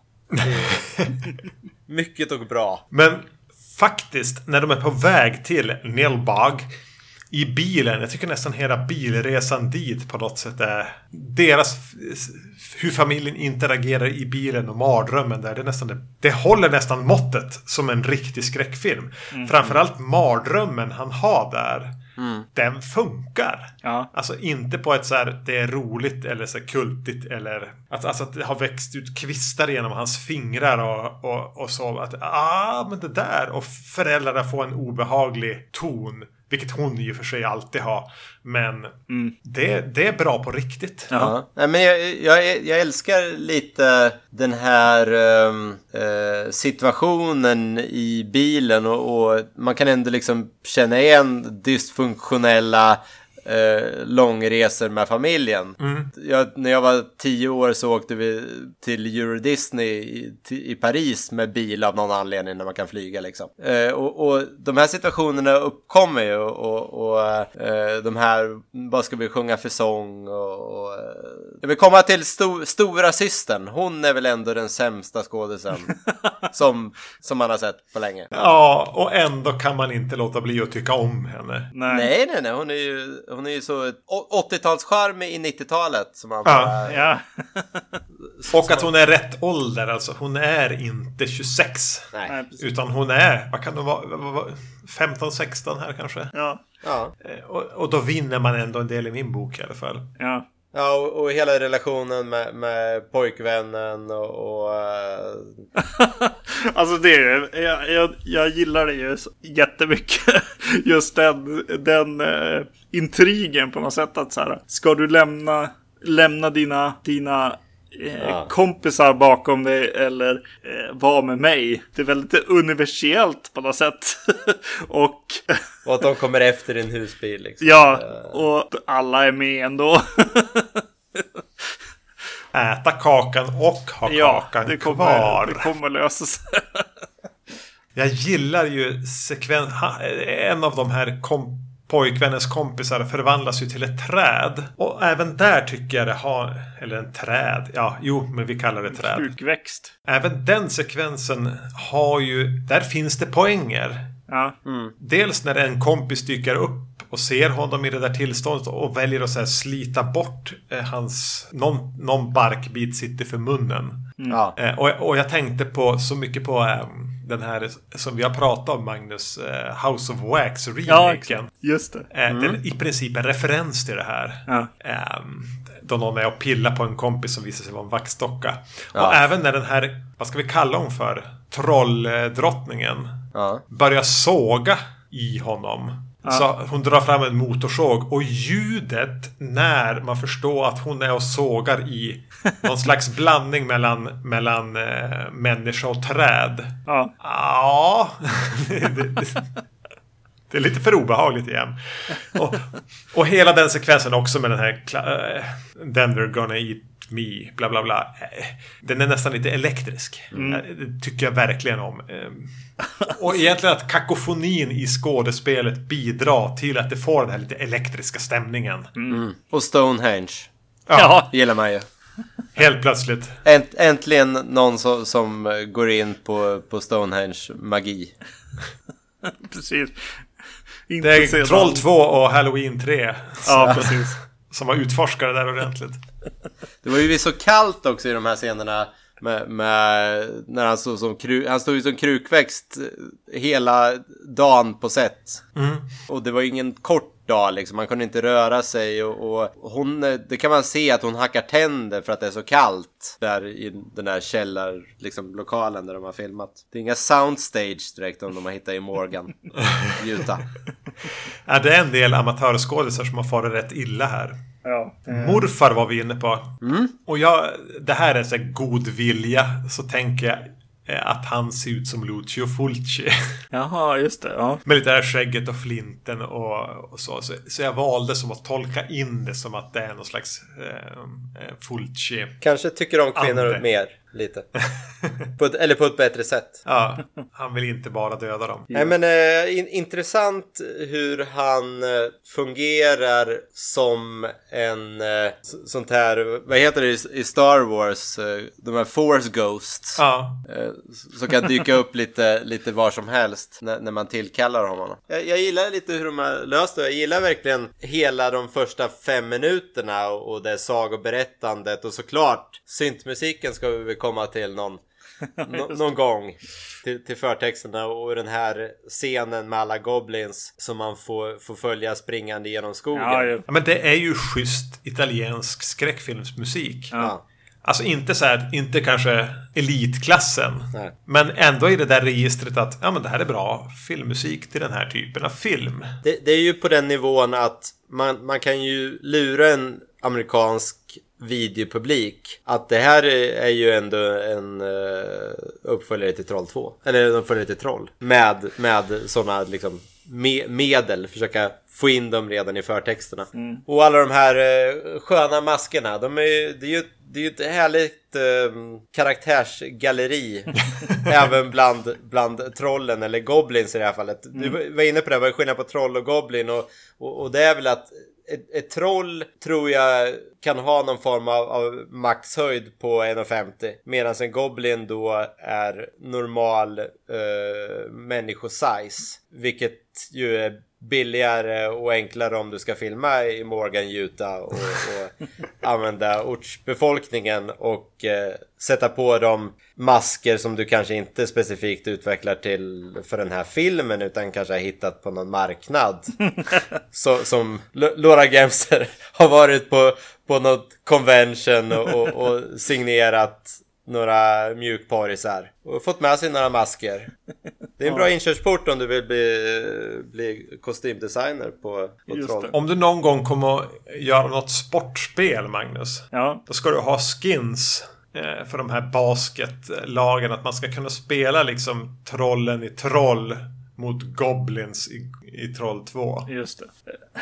Mycket och bra. Men faktiskt, när de är på väg till Nilbog i bilen, jag tycker nästan hela bilresan dit på något sätt är hur familjen interagerar i bilen och mardrömmen där, det håller nästan måttet som en riktig skräckfilm. Framförallt mardrömmen han har där. Den funkar. Ja. Alltså inte på ett så här det är roligt eller så kultigt eller att det har växt ut kvistar genom hans fingrar och så att men det där, och föräldrarna får en obehaglig ton, vilket hon ju för sig alltid har, men det är bra på riktigt. Ja. Nej, men jag älskar lite den här situationen i bilen och man kan ändå liksom känna igen dysfunktionella långresor med familjen. När jag var 10 år så åkte vi till Euro Disney i Paris med bil av någon anledning när man kan flyga liksom. Och de här situationerna uppkommer ju och de här, vad ska vi sjunga för sång och jag vill komma till stora systern. Hon är väl ändå den sämsta skådisen som man har sett på länge. Ja, och ändå kan man inte låta bli att tycka om henne. Nej. Hon är ju så 80-talscharm i 90-talet som man bara... Ja. Och att hon är rätt ålder, alltså hon är inte 26. Nej. Utan hon är, vad kan det vara, 15-16 här kanske. Ja. Och då vinner man ändå en del i min bok i alla fall. Ja. Ja, och hela relationen med pojkvännen och alltså det är jag gillar det ju jättemycket. Just den intrigen på något sätt, att så här, ska du lämna dina kompisar bakom dig eller vara med mig? Det är väldigt universellt på något sätt. och att de kommer efter din husbil liksom. Ja, och alla är med ändå. Äta kakan och ha kakan kvar. Det kommer lösa sig. Jag gillar ju en av de här pojkvännens kompisar förvandlas ju till ett träd. Och även där tycker jag det har... Eller en träd. Ja, men vi kallar det träd. Sjukväxt. Även den sekvensen har ju... Där finns det poänger. Ja. Dels när en kompis dyker upp och ser honom i det där tillståndet och väljer att så här slita bort någon barkbit sitter för munnen. Och jag tänkte så mycket på den här som vi har pratat om, Magnus, House of Wax remaken. Just det. Den är i princip en referens till det här. Då någon är och pillar på en kompis som visar sig vara en vaxdocka. Och även när den här, vad ska vi kalla hon för, trolldrottningen börjar såga i honom. Så hon drar fram en motorsåg och ljudet när man förstår att hon är och sågar i någon slags blandning mellan människa och träd. Ja. Det är lite för obehagligt igen. Och hela den sekvensen också med den här Then they're gonna eat me, bla bla bla. Den är nästan lite elektrisk. Det tycker jag verkligen om. Och egentligen att kakofonin i skådespelet bidrar till att det får den här lite elektriska stämningen. Och Stonehenge. Ja. Gillar man ju. Helt plötsligt. Äntligen någon som går in på Stonehenge magi. Precis. Det är Troll 2 och Halloween 3. Ja, precis. Som har utforskat det där ordentligt. Det var ju så kallt också i de här scenerna. Med när han stod ju som krukväxt hela dagen på set. Och det var ingen kort dag liksom. Man kunde inte röra sig och hon, det kan man se att hon hackar tänder för att det är så kallt där i den här liksom, lokalen där de har filmat. Det är inga soundstage direkt om de har hittat i Morgan Utah. Ja, det är en del amatörskådisar som har farit rätt illa här. Ja. Morfar var vi inne på. Och det här är så här god vilja. Så tänker jag att han ser ut som Lucio Fulci. Jaha, just det. Ja. Med lite där skägget och flinten och så. Så jag valde som att tolka in det som att det är någon slags Fulci. Kanske tycker om kvinnor mer. Lite. Eller på ett bättre sätt. Ja, han vill inte bara döda dem. Nej, men intressant hur han fungerar som en sånt här, vad heter det i Star Wars, de här Force Ghosts. Ja. Som kan dyka upp lite var som helst när man tillkallar honom. Jag gillar lite hur de har löst det. Jag gillar verkligen hela de första 5 minuterna och det sagoberättandet, och såklart syntmusiken ska vi komma till någon gång till förtexterna, och den här scenen med alla goblins som man får följa springande genom skogen. Ja, men det är ju schysst italiensk skräckfilmsmusik. Ja. Alltså inte kanske elitklassen. Nej. Men ändå i det där registret att men det här är bra filmmusik till den här typen av film. Det är ju på den nivån att man kan ju lura en amerikansk videopublik att det här är ju ändå en uppföljare till Troll 2. Eller en uppföljare till Troll. Med sådana liksom medel. Försöka få in dem redan i förtexterna. Och alla de här sköna maskerna. Det är ju ett härligt karaktärsgalleri. Även bland trollen eller goblins i det här fallet. Du var inne på det, var skillnad på troll och goblin. Och det är väl att ett troll tror jag kan ha någon form av maxhöjd på 1,50, medan en goblin då är normal människosize, vilket ju är billigare och enklare om du ska filma i Morgan Utah och använda ortsbefolkningen och sätta på dem masker som du kanske inte specifikt utvecklar till för den här filmen, utan kanske har hittat på någon marknad. Som Laura Gemser har varit på något convention och signerat några mjukparisar och fått med sig några masker. Det är en bra inkörsport om du vill bli kostymdesigner på Troll. Om du någon gång kommer att göra något sportspel, Magnus, då ska du ha skins för de här basketlagen, att man ska kunna spela liksom trollen i Troll mot goblins i Troll 2. Just det.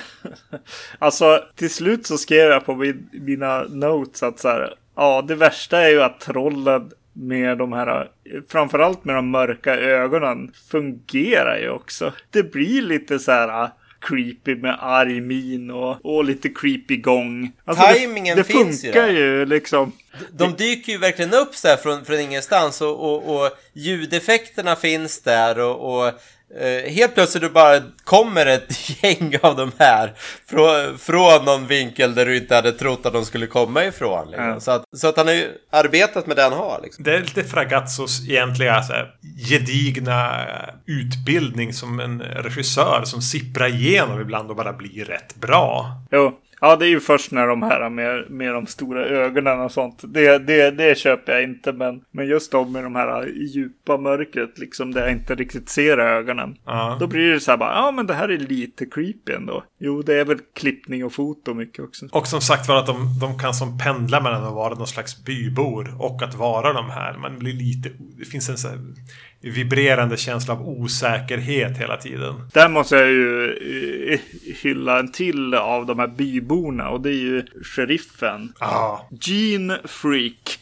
Alltså, till slut så skrev jag på mina notes att så här, det värsta är ju att trollen med de här, framförallt med de mörka ögonen, fungerar ju också. Det blir lite så här creepy med arg min och lite creepy gång. Alltså timingen finns funkar ju liksom. De dyker ju verkligen upp så här från ingenstans och ljudeffekterna finns där och helt plötsligt bara kommer ett gäng av de här från någon vinkel där du inte hade trott att de skulle komma ifrån liksom. Så att han har ju arbetat med det han har liksom. Det är lite Fragazzos egentliga så här, gedigna utbildning som en regissör som sipprar igenom ibland och bara blir rätt bra. Jo. Ja, det är ju först när de här med de stora ögonen och sånt. Det köper jag inte. Men just de med de här djupa mörkret, liksom, där jag inte riktigt ser ögonen. Då blir det så här bara, men det här är lite creepy ändå. Jo, det är väl klippning och foto mycket också. Och som sagt var att de kan som pendla mellan att vara någon slags bybor och att vara de här. Man blir lite, det finns en så här vibrerande känsla av osäkerhet hela tiden. Där måste jag ju hylla en till av de här byborna, och det är ju sheriffen. Gene Freak.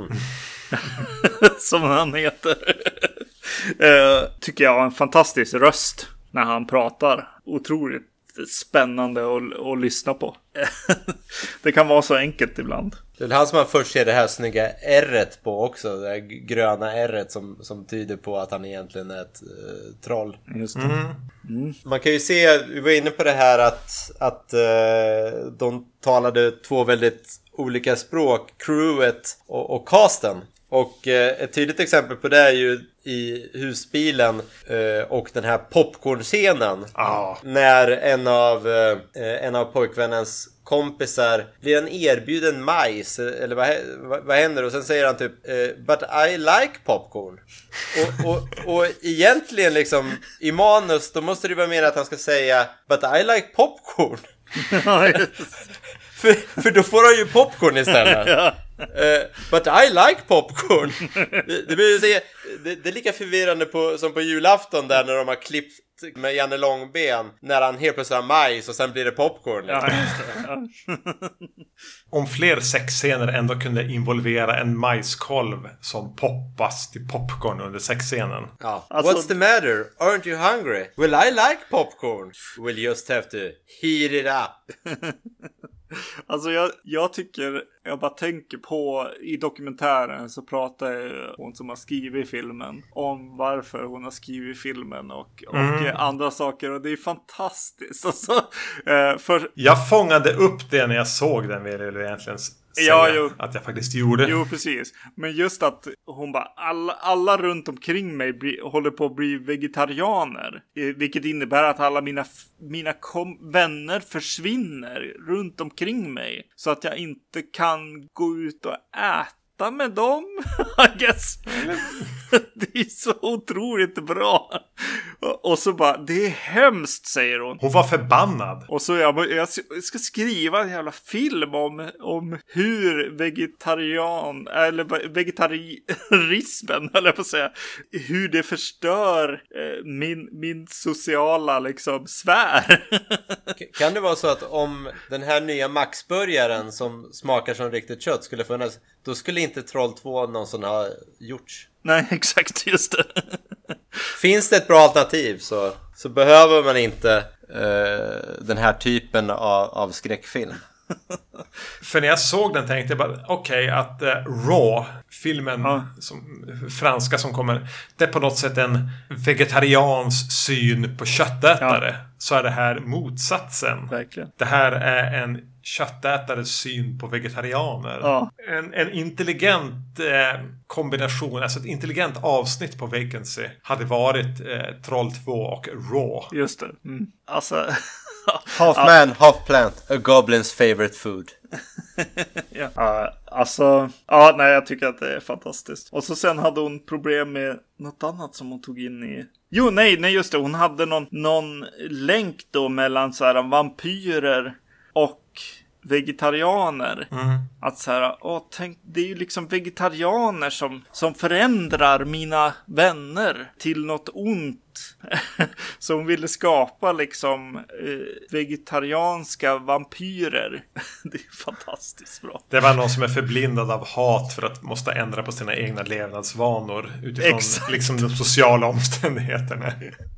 Som han heter. Tycker jag har en fantastisk röst när han pratar. Otroligt spännande att lyssna på. Det kan vara så enkelt ibland. Det är han som man först ser det här snygga ärret på också. Det här gröna ärret som tyder på att han egentligen är ett troll. Just det. Man kan ju se, vi var inne på det här att de talade 2 väldigt olika språk, crewet och casten. Och ett tydligt exempel på det är ju i husbilen och den här popcornscenen. När en av pojkvännens kompisar blir en erbjuden majs. Eller vad händer? Och sen säger han typ but I like popcorn. Och egentligen liksom i manus då måste det vara mer att han ska säga but I like popcorn. för då får han ju popcorn istället. But I like popcorn. Det är lika förvirrande som på julafton där när de har klippt med Janne Långben när han helt plötsligt har majs och sen blir det popcorn. Om fler sexscener ändå kunde involvera en majskolv som poppas till popcorn under sexscenen. What's the matter? Aren't you hungry? Well, I like popcorn. We'll just have to heat it up. Alltså jag tycker, jag bara tänker på i dokumentären så pratar hon som har skrivit filmen om varför hon har skrivit filmen och andra saker och det är fantastiskt. Alltså, jag fångade upp det när jag såg den, vill jag egentligen säga att jag faktiskt gjorde. Jo, precis. Men just att hon bara, alla runt omkring mig håller på att bli vegetarianer. Vilket innebär att alla mina vänner försvinner runt omkring mig. Så att jag inte kan gå ut och äta med dem, I guess. Det är så otroligt bra. Och så bara, det är hemskt, säger hon. Hon var förbannad. Och så jag ska skriva en jävla film om hur vegetarismen, eller på att säga, hur det förstör min sociala liksom sfär. Kan det vara så att om den här nya Maxburgaren som smakar som riktigt kött skulle finnas, då skulle inte Troll 2 någonsin ha gjorts? Nej, exakt, just det. Finns det ett bra alternativ så behöver man inte den här typen av skräckfilm. För när jag såg den tänkte jag bara okej, att Raw, filmen som, franska som kommer, det är på något sätt en vegetariansk syn på köttätare. Så är det här motsatsen. Verkligen. Det här är en köttätares syn på vegetarianer. En intelligent kombination, alltså ett intelligent avsnitt på Vacancy hade varit Troll 2 och Raw. Just det. Alltså half man, half plant, a goblin's favorite food. Jag tycker att det är fantastiskt. Och så sen hade hon problem med något annat som hon tog in i. Jo, nej just det. Hon hade någon länk då mellan så här vampyrer och vegetarianer. Att så här, tänk, det är ju liksom vegetarianer som förändrar mina vänner till något ont. Så hon ville skapa liksom vegetarianska vampyrer. Det är fantastiskt bra. Det var någon som är förblindad av hat för att måste ändra på sina egna levnadsvanor utifrån liksom de sociala omständigheterna.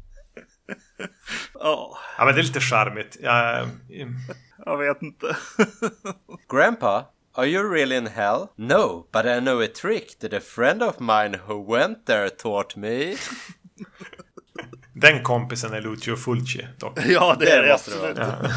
Ja, men det är lite charmigt. Jag vet inte. Grandpa, are you really in hell? No, but I know a trick that a friend of mine who went there taught me. Den kompisen är Lucio Fulci dock. Ja, det är det absolut.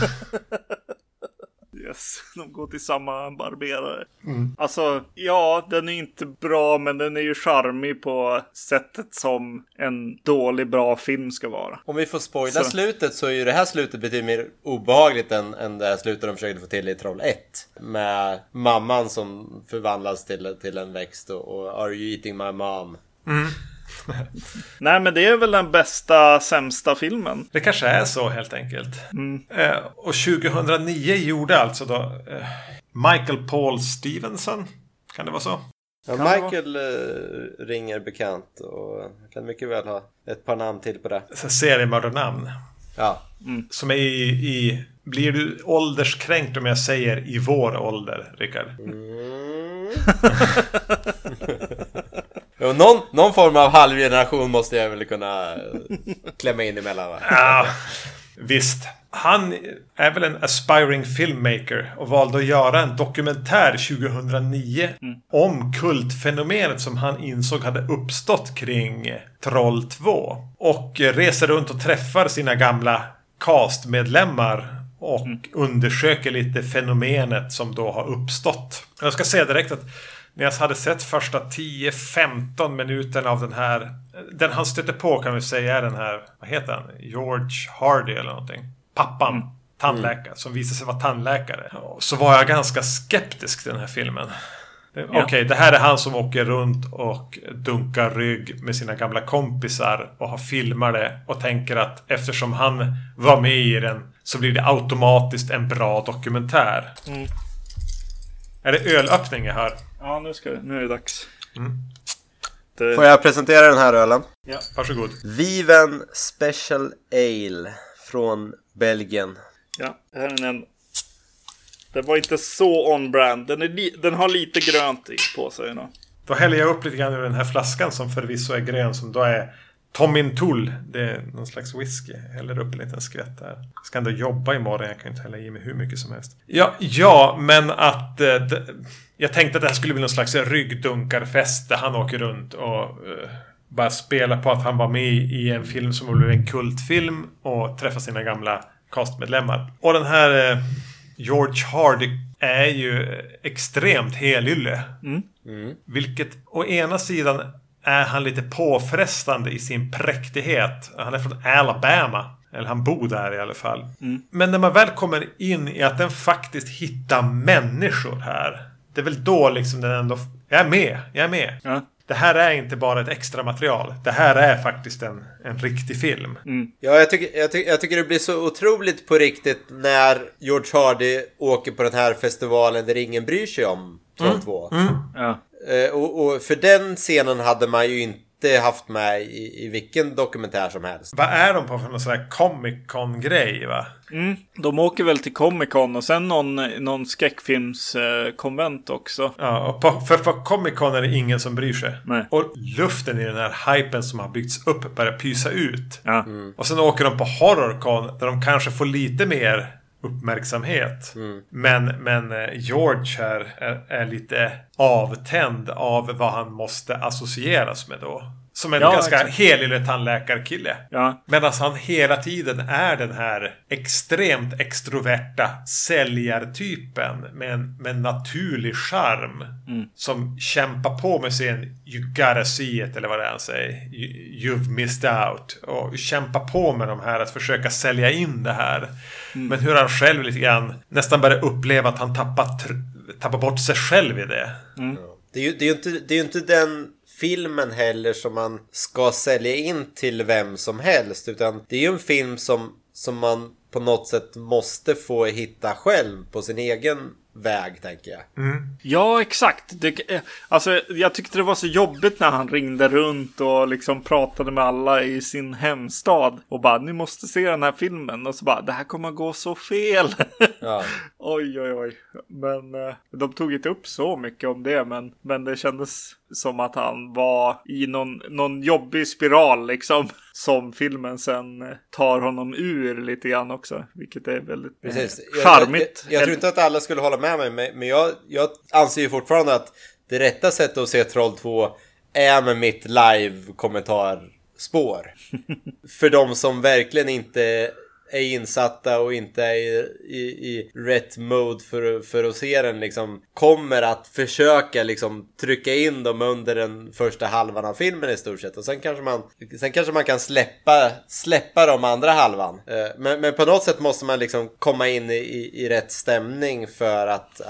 Yes, de går till samma barberare. Alltså, ja, den är inte bra, men den är ju charmig på sättet som en dålig, bra film ska vara. Om vi får spoila slutet så är ju det här slutet betydligt mer obehagligt än det här slutet de försökte få till i Troll 1. Med mamman som förvandlas till en växt och Are you eating my mom? Nej, men det är väl den bästa, sämsta filmen. Det kanske är så helt enkelt. Och 2009 gjorde alltså då Michael Paul Stevenson. Kan det vara så? Ja, Michael ringer bekant och kan mycket väl ha ett par namn till på det. Seriemördarnamn. Ja. Som är i blir du ålderskränkt om jag säger i vår ålder, Rickard? Någon form av halvgeneration måste jag väl kunna klämma in emellan, va? Ja, visst. Han är väl en aspiring filmmaker och valde att göra en dokumentär 2009 om kultfenomenet som han insåg hade uppstått kring Troll 2. Och reser runt och träffar sina gamla castmedlemmar och undersöker lite fenomenet som då har uppstått. Jag ska säga direkt att när jag hade sett första 10-15 minuterna av den han stötte på kan vi säga är den här, vad heter han? George Hardy eller någonting. Pappan, tandläkare, som visade sig vara tandläkare. Så var jag ganska skeptisk till den här filmen. Okej, det här är han som åker runt och dunkar rygg med sina gamla kompisar och har filmat det och tänker att eftersom han var med i den så blir det automatiskt en bra dokumentär. Är det ölöppning jag hör? Ja, nu är det dags. Får jag presentera den här ölen? Ja, varsågod. Viven Special Ale från Belgien. Ja, här är den. Den var inte så on-brand. Den har lite grönt på sig. Då häller jag upp lite grann ur den här flaskan som förvisso är grön, som då är Tomin Tull. Det är någon slags whisky. Jag häller upp en liten skvätt där. Jag ska ändå jobba imorgon. Jag kan inte hälla i mig hur mycket som helst. Ja, men att jag tänkte att det här skulle bli någon slags ryggdunkarfest där han åker runt och bara spelar på att han var med i en film som blev en kultfilm och träffar sina gamla castmedlemmar. Och den här George Hardy är ju extremt helylle. Vilket å ena sidan är han lite påfrestande i sin präktighet. Han är från Alabama. Eller han bor där i alla fall. Men när man väl kommer in i att den faktiskt hittar människor här. Det är väl då liksom den ändå... Jag är med. Ja. Det här är inte bara ett extra material. Det här är faktiskt en riktig film. Ja, jag tycker det blir så otroligt på riktigt när George Hardy åker på den här festivalen där ingen bryr sig om Troll 2. Ja. Och för den scenen hade man ju inte haft med i vilken dokumentär som helst. Vad är de på för någon sån här Comic-Con-grej, va? De åker väl till Comic-Con och sen någon skräckfilmskonvent också. Ja, och för Comic-Con är det ingen som bryr sig. Nej. Och luften i den här hypen som har byggts upp börjar pysa ut. Ja. Och sen åker de på Horror-Con där de kanske får lite mer uppmärksamhet. Men George här är lite avtänd av vad han måste associeras med då. Som en ganska helylle tandläkarkille. Ja. Medan han hela tiden är den här extremt extroverta säljartypen med en naturlig charm. Som kämpar på med sin you gotta see it, eller vad det är han säger. You've missed out. Och kämpar på med de här att försöka sälja in det här. Men hur han själv lite grann nästan börjar uppleva att han tappar bort sig själv i det. Det är ju inte den filmen heller som man ska sälja in till vem som helst, utan det är ju en film som man på något sätt måste få hitta själv på sin egen väg, tänker jag. Ja, exakt. Alltså, jag tyckte det var så jobbigt när han ringde runt och liksom pratade med alla i sin hemstad och bara, ni måste se den här filmen. Och så bara, det här kommer att gå så fel. Ja. Oj. Men de tog inte upp så mycket om det, men det kändes som att han var i någon jobbig spiral liksom, som filmen sen tar honom ur lite grann också, vilket är väldigt charmigt. Jag tror inte att alla skulle hålla med mig, men jag anser ju fortfarande att det rätta sättet att se Troll 2 är med mitt live-kommentarspår. För de som verkligen inte är insatta och inte är i rätt mode för att se den liksom, kommer att försöka liksom trycka in dem under den första halvan av filmen i stort sett, och sen kanske man kan släppa de andra halvan, men på något sätt måste man liksom komma in i rätt stämning för att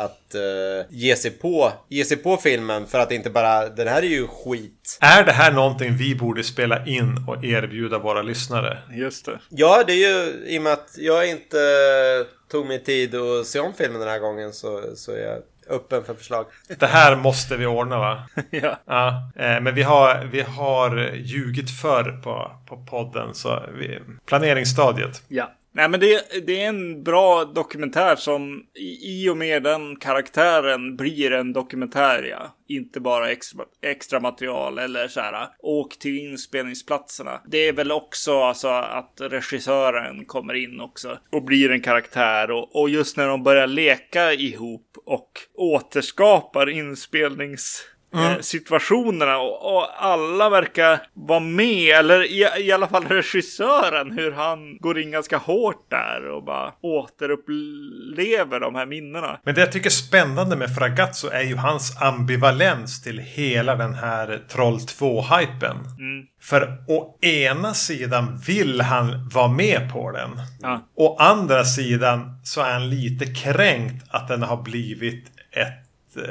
ge sig på filmen, för att inte bara, den här är ju skit. Är det här någonting vi borde spela in och erbjuda våra lyssnare? Just det. Ja, det är ju, i och med att jag inte tog mig tid att se om filmen den här gången, så är jag öppen för förslag. Det här måste vi ordna, va? Ja. Men vi har ljugit förr på podden, så planeringsstadiet. Ja. Nej, men det är en bra dokumentär som i och med den karaktären blir en dokumentär, ja. Inte bara extra material eller så här. Åk till inspelningsplatserna. Det är väl också alltså att regissören kommer in också och blir en karaktär. Och just när de börjar leka ihop och återskapar situationerna och alla verkar vara med, eller i alla fall regissören, hur han går in ganska hårt där och bara återupplever de här minnena. Men det jag tycker är spännande med Fragazzo är ju hans ambivalens till hela den här Troll 2-hypen. För å ena sidan vill han vara med på den. Å andra sidan så är han lite kränkt att den har blivit ett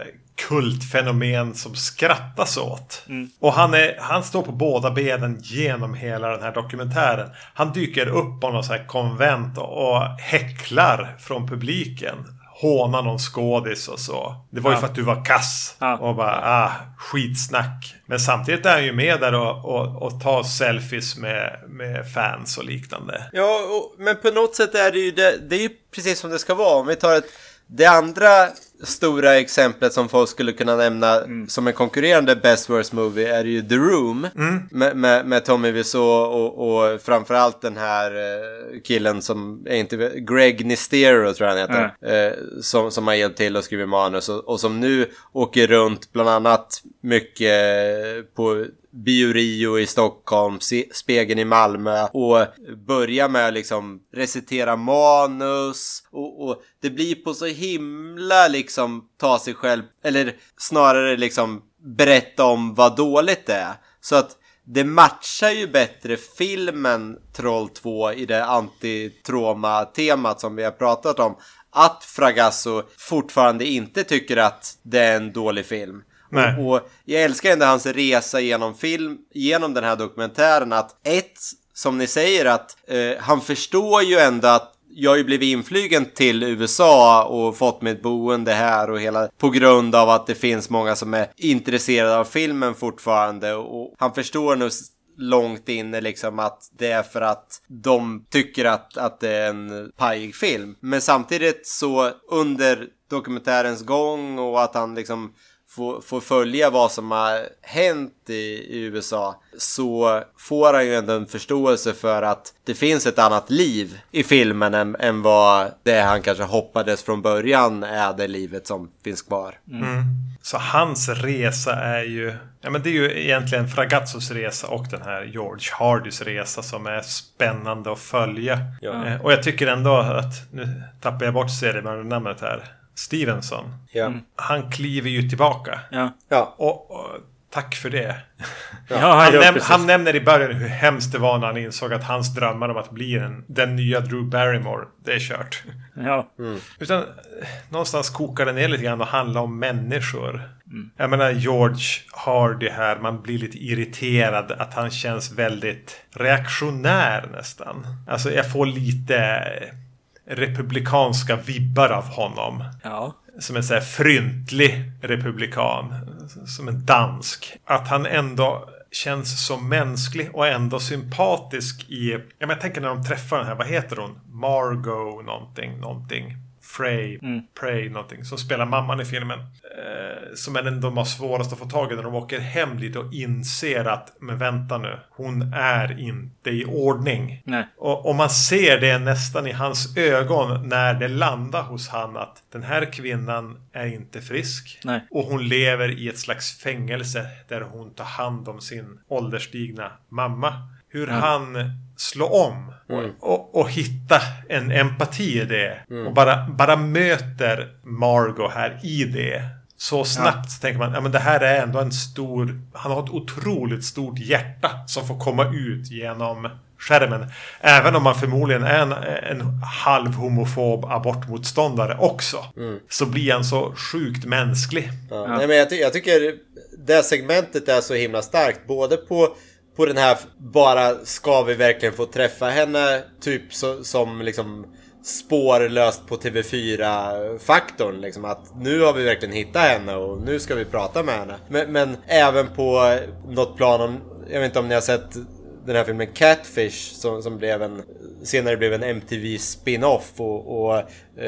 kultfenomen som skrattas åt. Och han står på båda benen genom hela den här dokumentären. Han dyker upp på någon sån här konvent och häcklar från publiken. Hånar någon skådis och så. Det var ju för att du var kass. Och bara, skitsnack. Men samtidigt är han ju med där och tar selfies med fans och liknande. Ja, men på något sätt är det ju det är ju precis som det ska vara. Om vi tar det andra stora exemplet som folk skulle kunna nämna som en konkurrerande Best Worst Movie är ju The Room med Tommy Wiseau och framförallt den här killen som är inte Greg Nicastero tror jag han heter, som har hjälpt till att skriva manus och som nu åker runt bland annat mycket på Bio Rio i Stockholm, Spegeln i Malmö och börja med att liksom recitera manus och det blir på så himla liksom ta sig själv, eller snarare liksom berätta om vad dåligt det är. Så att det matchar ju bättre filmen Troll 2 i det antitrauma-temat som vi har pratat om. Att Fragazzo fortfarande inte tycker att det är en dålig film. Och jag älskar ändå hans resa genom den här dokumentären. Att som ni säger, att han förstår ju ändå att jag har ju blivit inflygen till USA och fått mitt boende här och hela på grund av att det finns många som är intresserade av filmen fortfarande. Och han förstår nu långt inne liksom att det är för att de tycker att det är en pajig film. Men samtidigt så under dokumentärens gång och att han liksom får följa vad som har hänt i USA, så får han ju ändå en förståelse för att det finns ett annat liv i filmen än vad det han kanske hoppades från början är det livet som finns kvar. Så hans resa är ju, men det är ju egentligen Fragazzos resa och den här George Hardys resa som är spännande att följa. Och jag tycker ändå att, nu tappar jag bort seriemördernamnet här, Stevenson. Han kliver ju tillbaka. Och tack för det. Han nämner i början hur hemskt det var när han insåg att hans drömmar om att bli den nya Drew Barrymore, det är kört. Utan någonstans kokar det ner lite grann och handlar om människor. Jag menar George Hardy här, man blir lite irriterad att han känns väldigt reaktionär nästan. Alltså jag får lite republikanska vibbar av honom. Som en så här fryntlig republikan, som en dansk. Att han ändå känns så mänsklig och ändå sympatisk i, jag tänker när de träffar den här, vad heter hon? Margot någonting. Prey någonting, som spelar mamman i filmen, som är den de har svårast att få tag i när de åker hem dit och inser att, men vänta nu, hon är inte i ordning. Och man ser det nästan i hans ögon när det landar hos han att den här kvinnan är inte frisk. Och hon lever i ett slags fängelse där hon tar hand om sin ålderstigna mamma. Hur han slår om och hitta en empati i det. Och bara möter Margot här i det. Så snabbt så tänker man, men det här är ändå han har ett otroligt stort hjärta som får komma ut genom skärmen. Även om man förmodligen är en halv homofob abortmotståndare också. Så blir han så sjukt mänsklig. Nej, men jag tycker det segmentet är så himla starkt. Både på den här, bara ska vi verkligen få träffa henne, typ som liksom spårlöst på TV4-faktorn liksom, att nu har vi verkligen hittat henne och nu ska vi prata med henne. Men även på något plan, jag vet inte om ni har sett den här filmen Catfish som senare blev en MTV spin-off och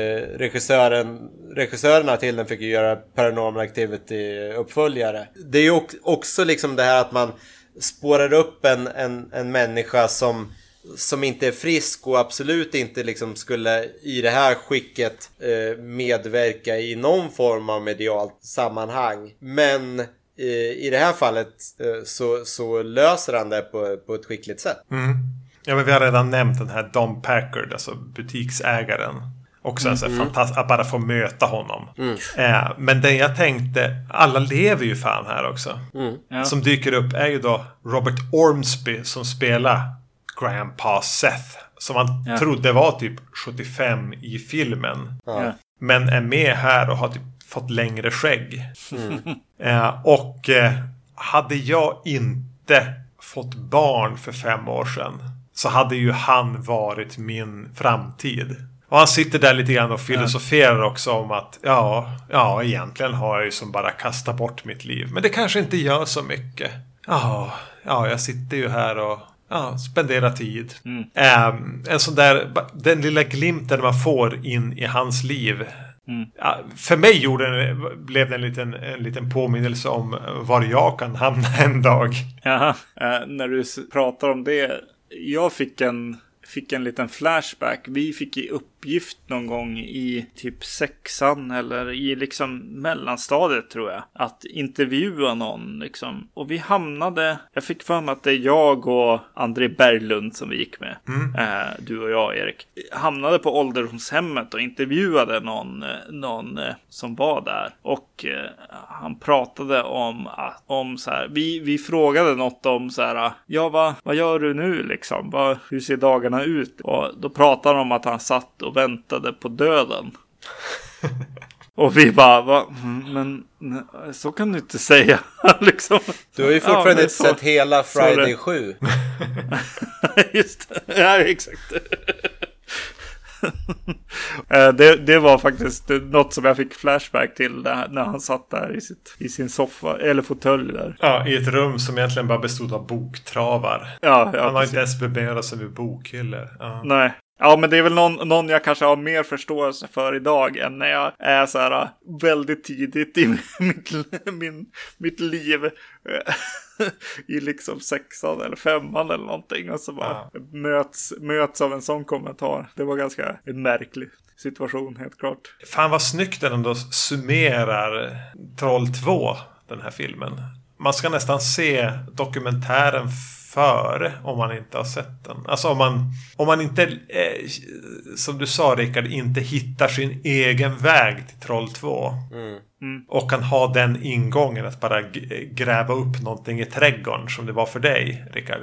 regissörerna till den fick ju göra Paranormal Activity-uppföljare. Det är ju också liksom det här att man spårar upp en människa som som inte är frisk och absolut inte liksom skulle i det här skicket medverka i någon form av medialt sammanhang. Men i det här fallet så löser han det på ett skickligt sätt. Ja, men vi har redan nämnt den här Dom Packard, alltså butiksägaren. Också alltså fantastiskt att bara få möta honom. Men den jag tänkte, alla lever ju fan här också. Som dyker upp är ju då Robert Ormsby som spelar Grandpa Seth. Som man trodde var typ 75 i filmen. Men är med här och har typ fått längre skägg. Och hade jag inte fått barn för 5 år sedan så hade ju han varit min framtid. Och han sitter där lite grann och filosoferar också om att ja, egentligen har jag ju som bara kastat bort mitt liv. Men det kanske inte gör så mycket. Ja, jag sitter ju här och spenderar tid. En sån där, den lilla glimten man får in i hans liv. För mig blev det en liten påminnelse om var jag kan hamna en dag. Jaha, när du pratar om det, jag fick en liten flashback. Vi fick i uppgift någon gång i typ 6:an eller i liksom mellanstadiet tror jag, att intervjua någon liksom. Och vi hamnade, jag fick för mig att det är jag och André Berglund som vi gick med, du och jag Erik, hamnade på ålderdomshemmet och intervjuade någon som var där. Och han pratade om så här, vi frågade något om så här, vad gör du nu liksom? Hur ser dagarna ut? Och då pratade han om att han satt och väntade på döden. Och vi bara, men så kan du inte säga. Liksom. Du har ju fortfarande inte sett hela Friday 7. Just det, ja exakt. Det var faktiskt något som jag fick flashback till när han satt där i sin soffa eller fåtölj där. Ja, i ett rum som egentligen bara bestod av boktravar. Han har inte ens beberat sig vid bokhyllor. Nej. Ja, men det är väl någon jag kanske har mer förståelse för idag än när jag är så här väldigt tidigt i mitt liv i liksom 6:an eller 5:an eller någonting, och så bara möts av en sån kommentar. Det var ganska en märklig situation, helt klart. Fan vad snyggt den ändå summerar Troll 2, den här filmen. Man ska nästan se dokumentären före om man inte har sett den. Alltså om man inte, som du sa Rickard, inte hittar sin egen väg till Troll 2. Och kan ha den ingången att bara gräva upp någonting i trädgården som det var för dig, Rickard.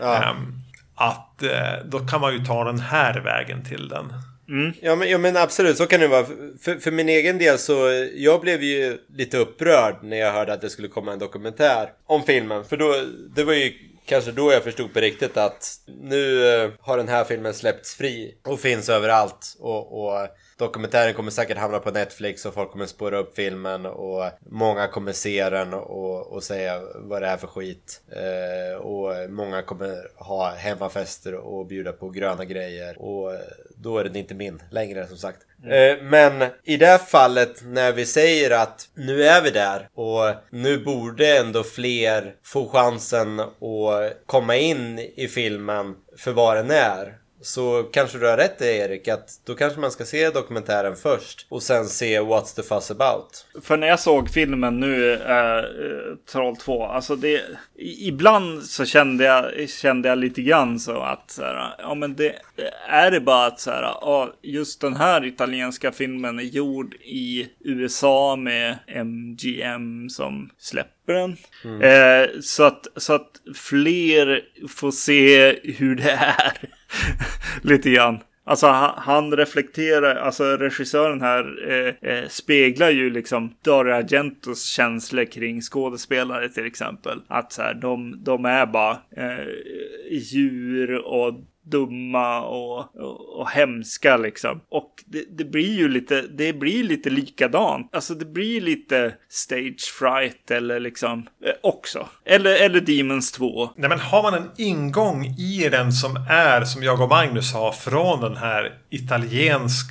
Då kan man ju ta den här vägen till den. Ja men absolut, så kan det vara. För min egen del så jag blev ju lite upprörd när jag hörde att det skulle komma en dokumentär om filmen. För det var ju kanske då jag förstod på riktigt att nu har den här filmen släppts fri och finns överallt. Och dokumentären kommer säkert hamna på Netflix och folk kommer spåra upp filmen och många kommer se den och säga vad det är för skit. Och många kommer ha hemmafester och bjuda på gröna grejer. Och då är det inte min längre, som sagt. Men i det här fallet, när vi säger att nu är vi där och nu borde ändå fler få chansen att komma in i filmen för vad den är, så kanske du har rätt, Erik, att då kanske man ska se dokumentären först och sen se What's the Fuss About. För när jag såg filmen nu, Troll 2, alltså det, ibland så kände jag lite grann så att så här, ja men det är det bara att så här, ja, just den här italienska filmen är gjord i USA med MGM som släpper den. Så att fler får se hur det är. Lite grann. Alltså han reflekterar, alltså regissören här speglar ju liksom Dario Argentos känslor kring skådespelare till exempel. Att så här, de är bara djur och dumma och hemska liksom. Och det blir lite likadant. Alltså det blir lite stage fright eller liksom också. Eller Demons 2. Nej, men har man en ingång i den som jag och Magnus har från den här italienska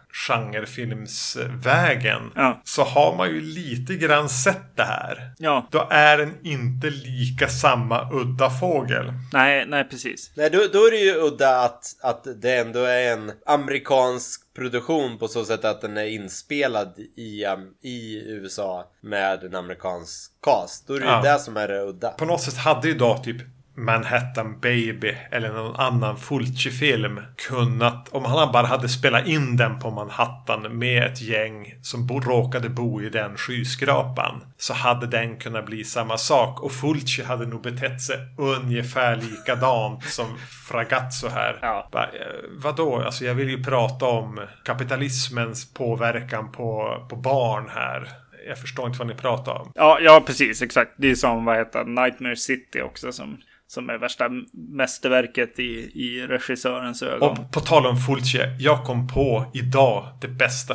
genrefilmsvägen, Ja. så har man ju lite grann sett det här. Ja. Då är den inte lika samma udda fågel. Nej, precis. Nej, då är det ju udda att det ändå är en amerikansk produktion på så sätt att den är inspelad i USA med en amerikansk cast. Då är det ju det som är det udda. På något sätt hade ju då typ Manhattan Baby eller någon annan Fulci-film kunnat, om han bara hade spelat in den på Manhattan med ett gäng som råkade bo i den skyskrapan, så hade den kunnat bli samma sak, och Fulci hade nog betett sig ungefär likadant som Fragazzo här. Ja. Vadå? Alltså jag vill ju prata om kapitalismens påverkan på barn här. Jag förstår inte vad ni pratar om. Ja, precis, exakt. Det är som, Nightmare City också, som är värsta mästerverket i regissörens ögon. Och på tal om Fulci, jag kom på idag det bästa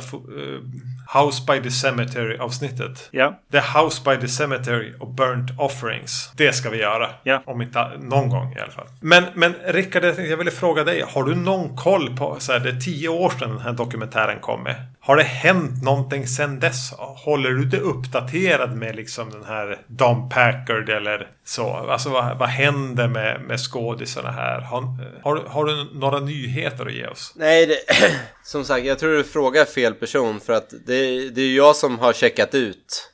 House by the Cemetery avsnittet. Ja. The House by the Cemetery och Burnt Offerings. Det ska vi göra. Ja. Om inte någon gång i alla fall. Men Rickard, jag ville fråga dig. Har du någon koll på, så här, det är 10 år sedan den här dokumentären kom med. Har det hänt någonting sedan dess? Håller du det uppdaterad med liksom den här Dom Packard eller så? Alltså vad händer med skådisarna här? Har du några nyheter att ge oss? Nej, som sagt, jag tror du frågar fel person, för att det är jag som har checkat ut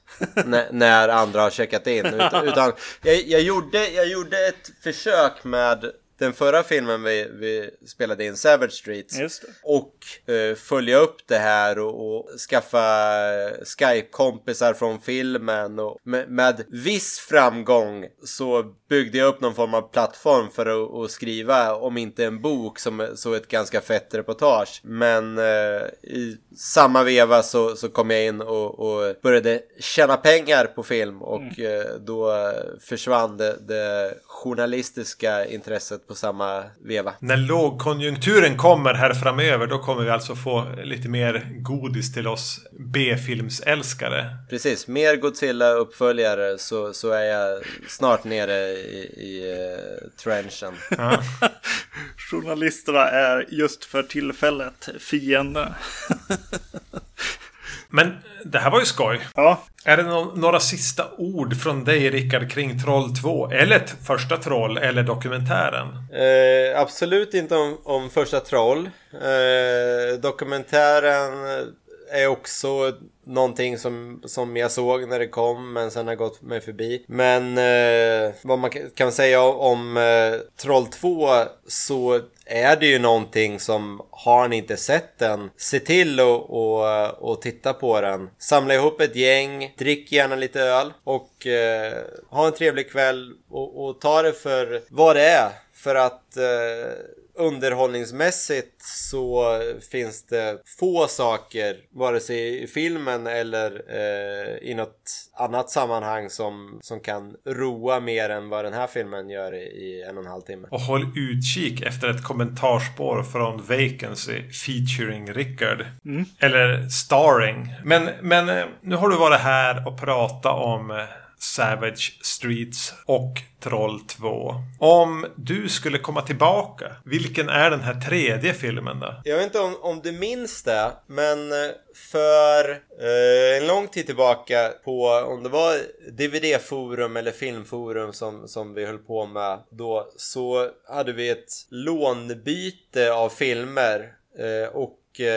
när andra har checkat in. Utan jag gjorde ett försök med den förra filmen vi spelade in, Savage Streets. Just det. Och följa upp det här och skaffa Skype-kompisar från filmen. Och med viss framgång så byggde jag upp någon form av plattform för att skriva, om inte en bok, så ett ganska fett reportage. Men i samma veva så kom jag in och började tjäna pengar på film. Och då försvann det journalistiska intresset på samma veva. När lågkonjunkturen kommer här framöver, då kommer vi alltså få lite mer godis till oss B-filmsälskare. Precis, mer Godzilla-uppföljare, så är jag snart nere i trenchen. Ja. Journalisterna är just för tillfället fiender. Men det här var ju skoj. Ja. Är det några sista ord från dig, Rickard, kring Troll 2? Eller ett första Troll, eller dokumentären? Absolut inte om första Troll. Dokumentären är också någonting som jag såg när det kom, men sen har gått mig förbi. Men vad man kan säga om Troll 2, så är det ju någonting som, har ni inte sett den, se till och titta på den. Samla ihop ett gäng, drick gärna lite öl och ha en trevlig kväll och ta det för vad det är. För att underhållningsmässigt så finns det få saker, vare sig i filmen eller i något annat sammanhang, som kan roa mer än vad den här filmen gör i 1,5 timme. Och håll utkik efter ett kommentarspår från Vacancy featuring Rickard. Eller starring. Men nu har du varit här och pratat om Savage Streets och Troll 2. Om du skulle komma tillbaka, vilken är den här tredje filmen då? Jag vet inte om du minns det, men för en lång tid tillbaka på, om det var DVD-forum eller filmforum som vi höll på med då, så hade vi ett lånbyte av filmer och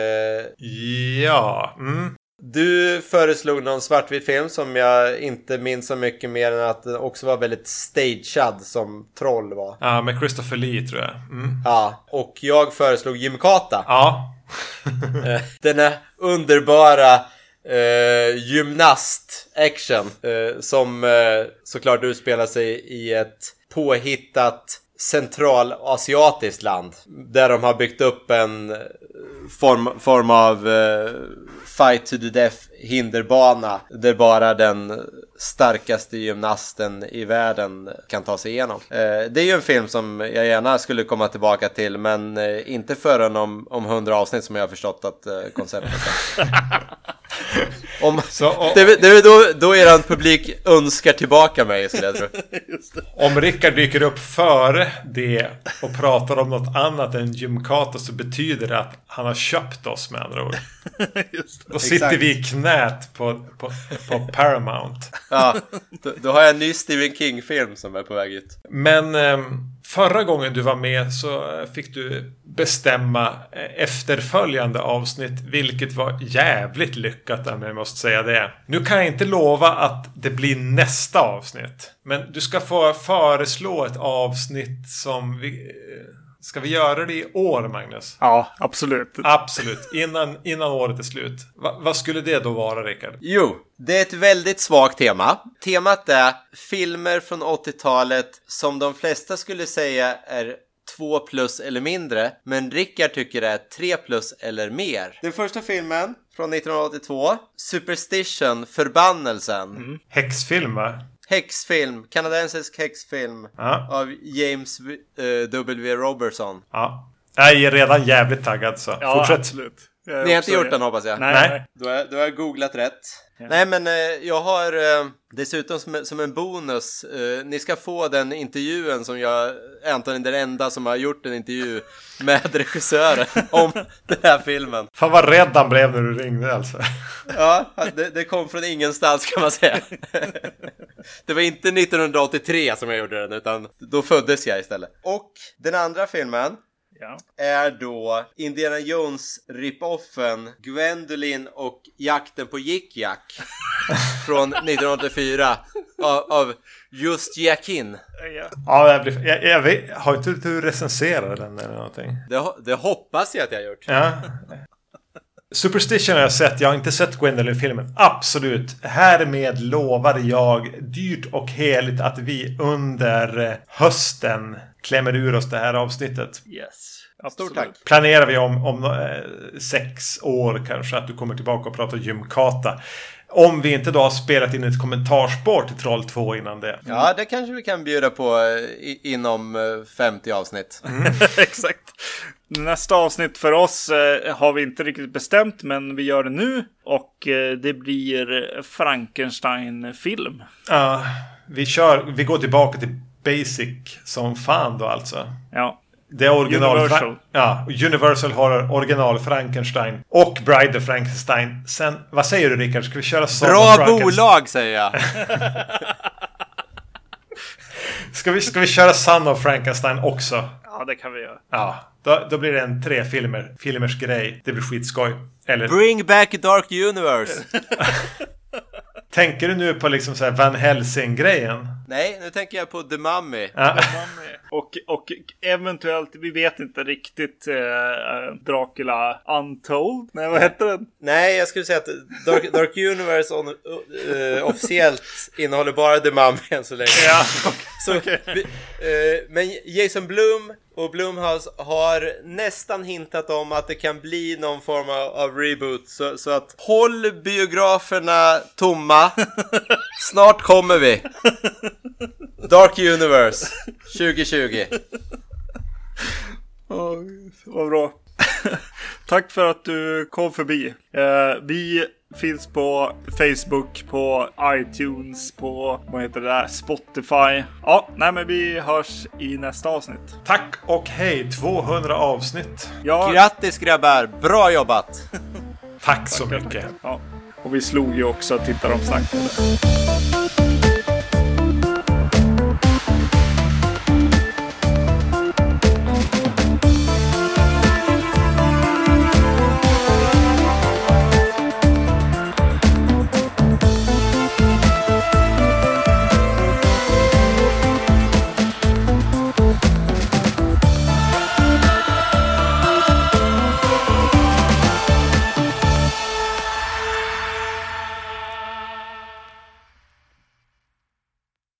ja. Du föreslog någon svartvit film som jag inte minns så mycket mer än att den också var väldigt stagead, som Troll var. Ja, med Christopher Lee tror jag. Ja, och jag föreslog Jimmy Carter. Ja. Den är underbara gymnast-action som såklart utspelar sig i ett påhittat centralasiatiskt land, där de har byggt upp en form av fight to the death hinderbana, där bara den starkaste gymnasten i världen kan ta sig igenom. Det är ju en film som jag gärna skulle komma tillbaka till, men inte förrän om 100 avsnitt, som jag har förstått att konceptet är. Det är då eran publik önskar tillbaka mig, skulle jag tro. Om Rickard dyker upp före det och pratar om något annat än Gymkata, så betyder det att han har köpt oss, med andra ord. Då sitter vi i knät på Paramount. Ja, då har jag en ny Stephen King-film som är på väg ut. Men förra gången du var med så fick du bestämma efterföljande avsnitt, vilket var jävligt lyckat, om jag måste säga det. Nu kan jag inte lova att det blir nästa avsnitt, men du ska få föreslå ett avsnitt som vi... Ska vi göra det i år, Magnus? Ja, absolut. Absolut, innan året är slut. Vad skulle det då vara, Rickard? Jo, det är ett väldigt svagt tema. Temat är filmer från 80-talet som de flesta skulle säga är 2+ eller mindre, men Rickard tycker det är 3+ eller mer. Den första filmen från 1982, Superstition, Förbannelsen. Häxfilm, va? Häxfilm, kanadensisk häxfilm av James W. Robertson. Ja, jag är redan jävligt taggad, så fortsätt. Absolut. Ni har inte gjort den, hoppas jag. Nej. Då har jag googlat rätt. Ja. Nej, men jag har dessutom som en bonus, ni ska få den intervjun som jag är antagligen den enda som har gjort en intervju med regissören om den här filmen. Fan vad rädd han blev när du ringde, alltså. Ja, det kom från ingenstans, kan man säga. Det var inte 1983 som jag gjorde den, utan då föddes jag istället. Och den andra filmen är då Indiana Jones rip-offen Gwendolyn och jakten på Yik-Yak från 1984 av Just Jakin. Ja, jag vet, har inte du recenserat den eller någonting? Det hoppas jag att jag har gjort. Ja. Superstition har jag sett. Jag har inte sett Gwendolyn-filmen. Absolut. Härmed lovar jag dyrt och heligt att vi under hösten klämmer ur oss det här avsnittet. Yes. Stort tack. Planerar vi om 6 år kanske att du kommer tillbaka och pratar Gymkata. Om vi inte då har spelat in ett kommentarspår till Troll 2 innan det. Ja, det kanske vi kan bjuda på inom 50 avsnitt. Exakt. Nästa avsnitt för oss har vi inte riktigt bestämt, men vi gör det nu. Och det blir Frankenstein-film. Ja, vi går tillbaka till basic som fan då, alltså. Ja. Det är original Universal. Universal har original Frankenstein och Bride of Frankenstein. Sen, vad säger du, Rickard? Ska vi köra Son Bra of Frankenstein? bolag, säger jag. Ska vi köra Son of Frankenstein också? Ja, det kan vi göra. Ja, då blir det en 3 filmers grej. Det blir skitskoj. Eller... Bring back Dark Universe. Tänker du nu på liksom så här Van Helsing-grejen? Nej, nu tänker jag på The Mummy. Ja. Och eventuellt, vi vet inte riktigt, Dracula Untold. Nej, vad heter den? Nej, jag skulle säga att Dark Universe officiellt innehåller bara The Mummy än så länge. Ja, så, men Jason Blum och Blumhouse har nästan hintat om att det kan bli någon form av reboot. Så att håll biograferna tomma. Snart kommer vi. Dark Universe 2020. Vad bra. Tack för att du kom förbi. Vi finns på Facebook, på iTunes, på Spotify. Ja, nej, men vi hörs i nästa avsnitt. Tack och hej, 200 avsnitt. Ja. Grattis grabbar, bra jobbat. Tack så mycket. Ja. Och vi slog ju också, titta de snackade.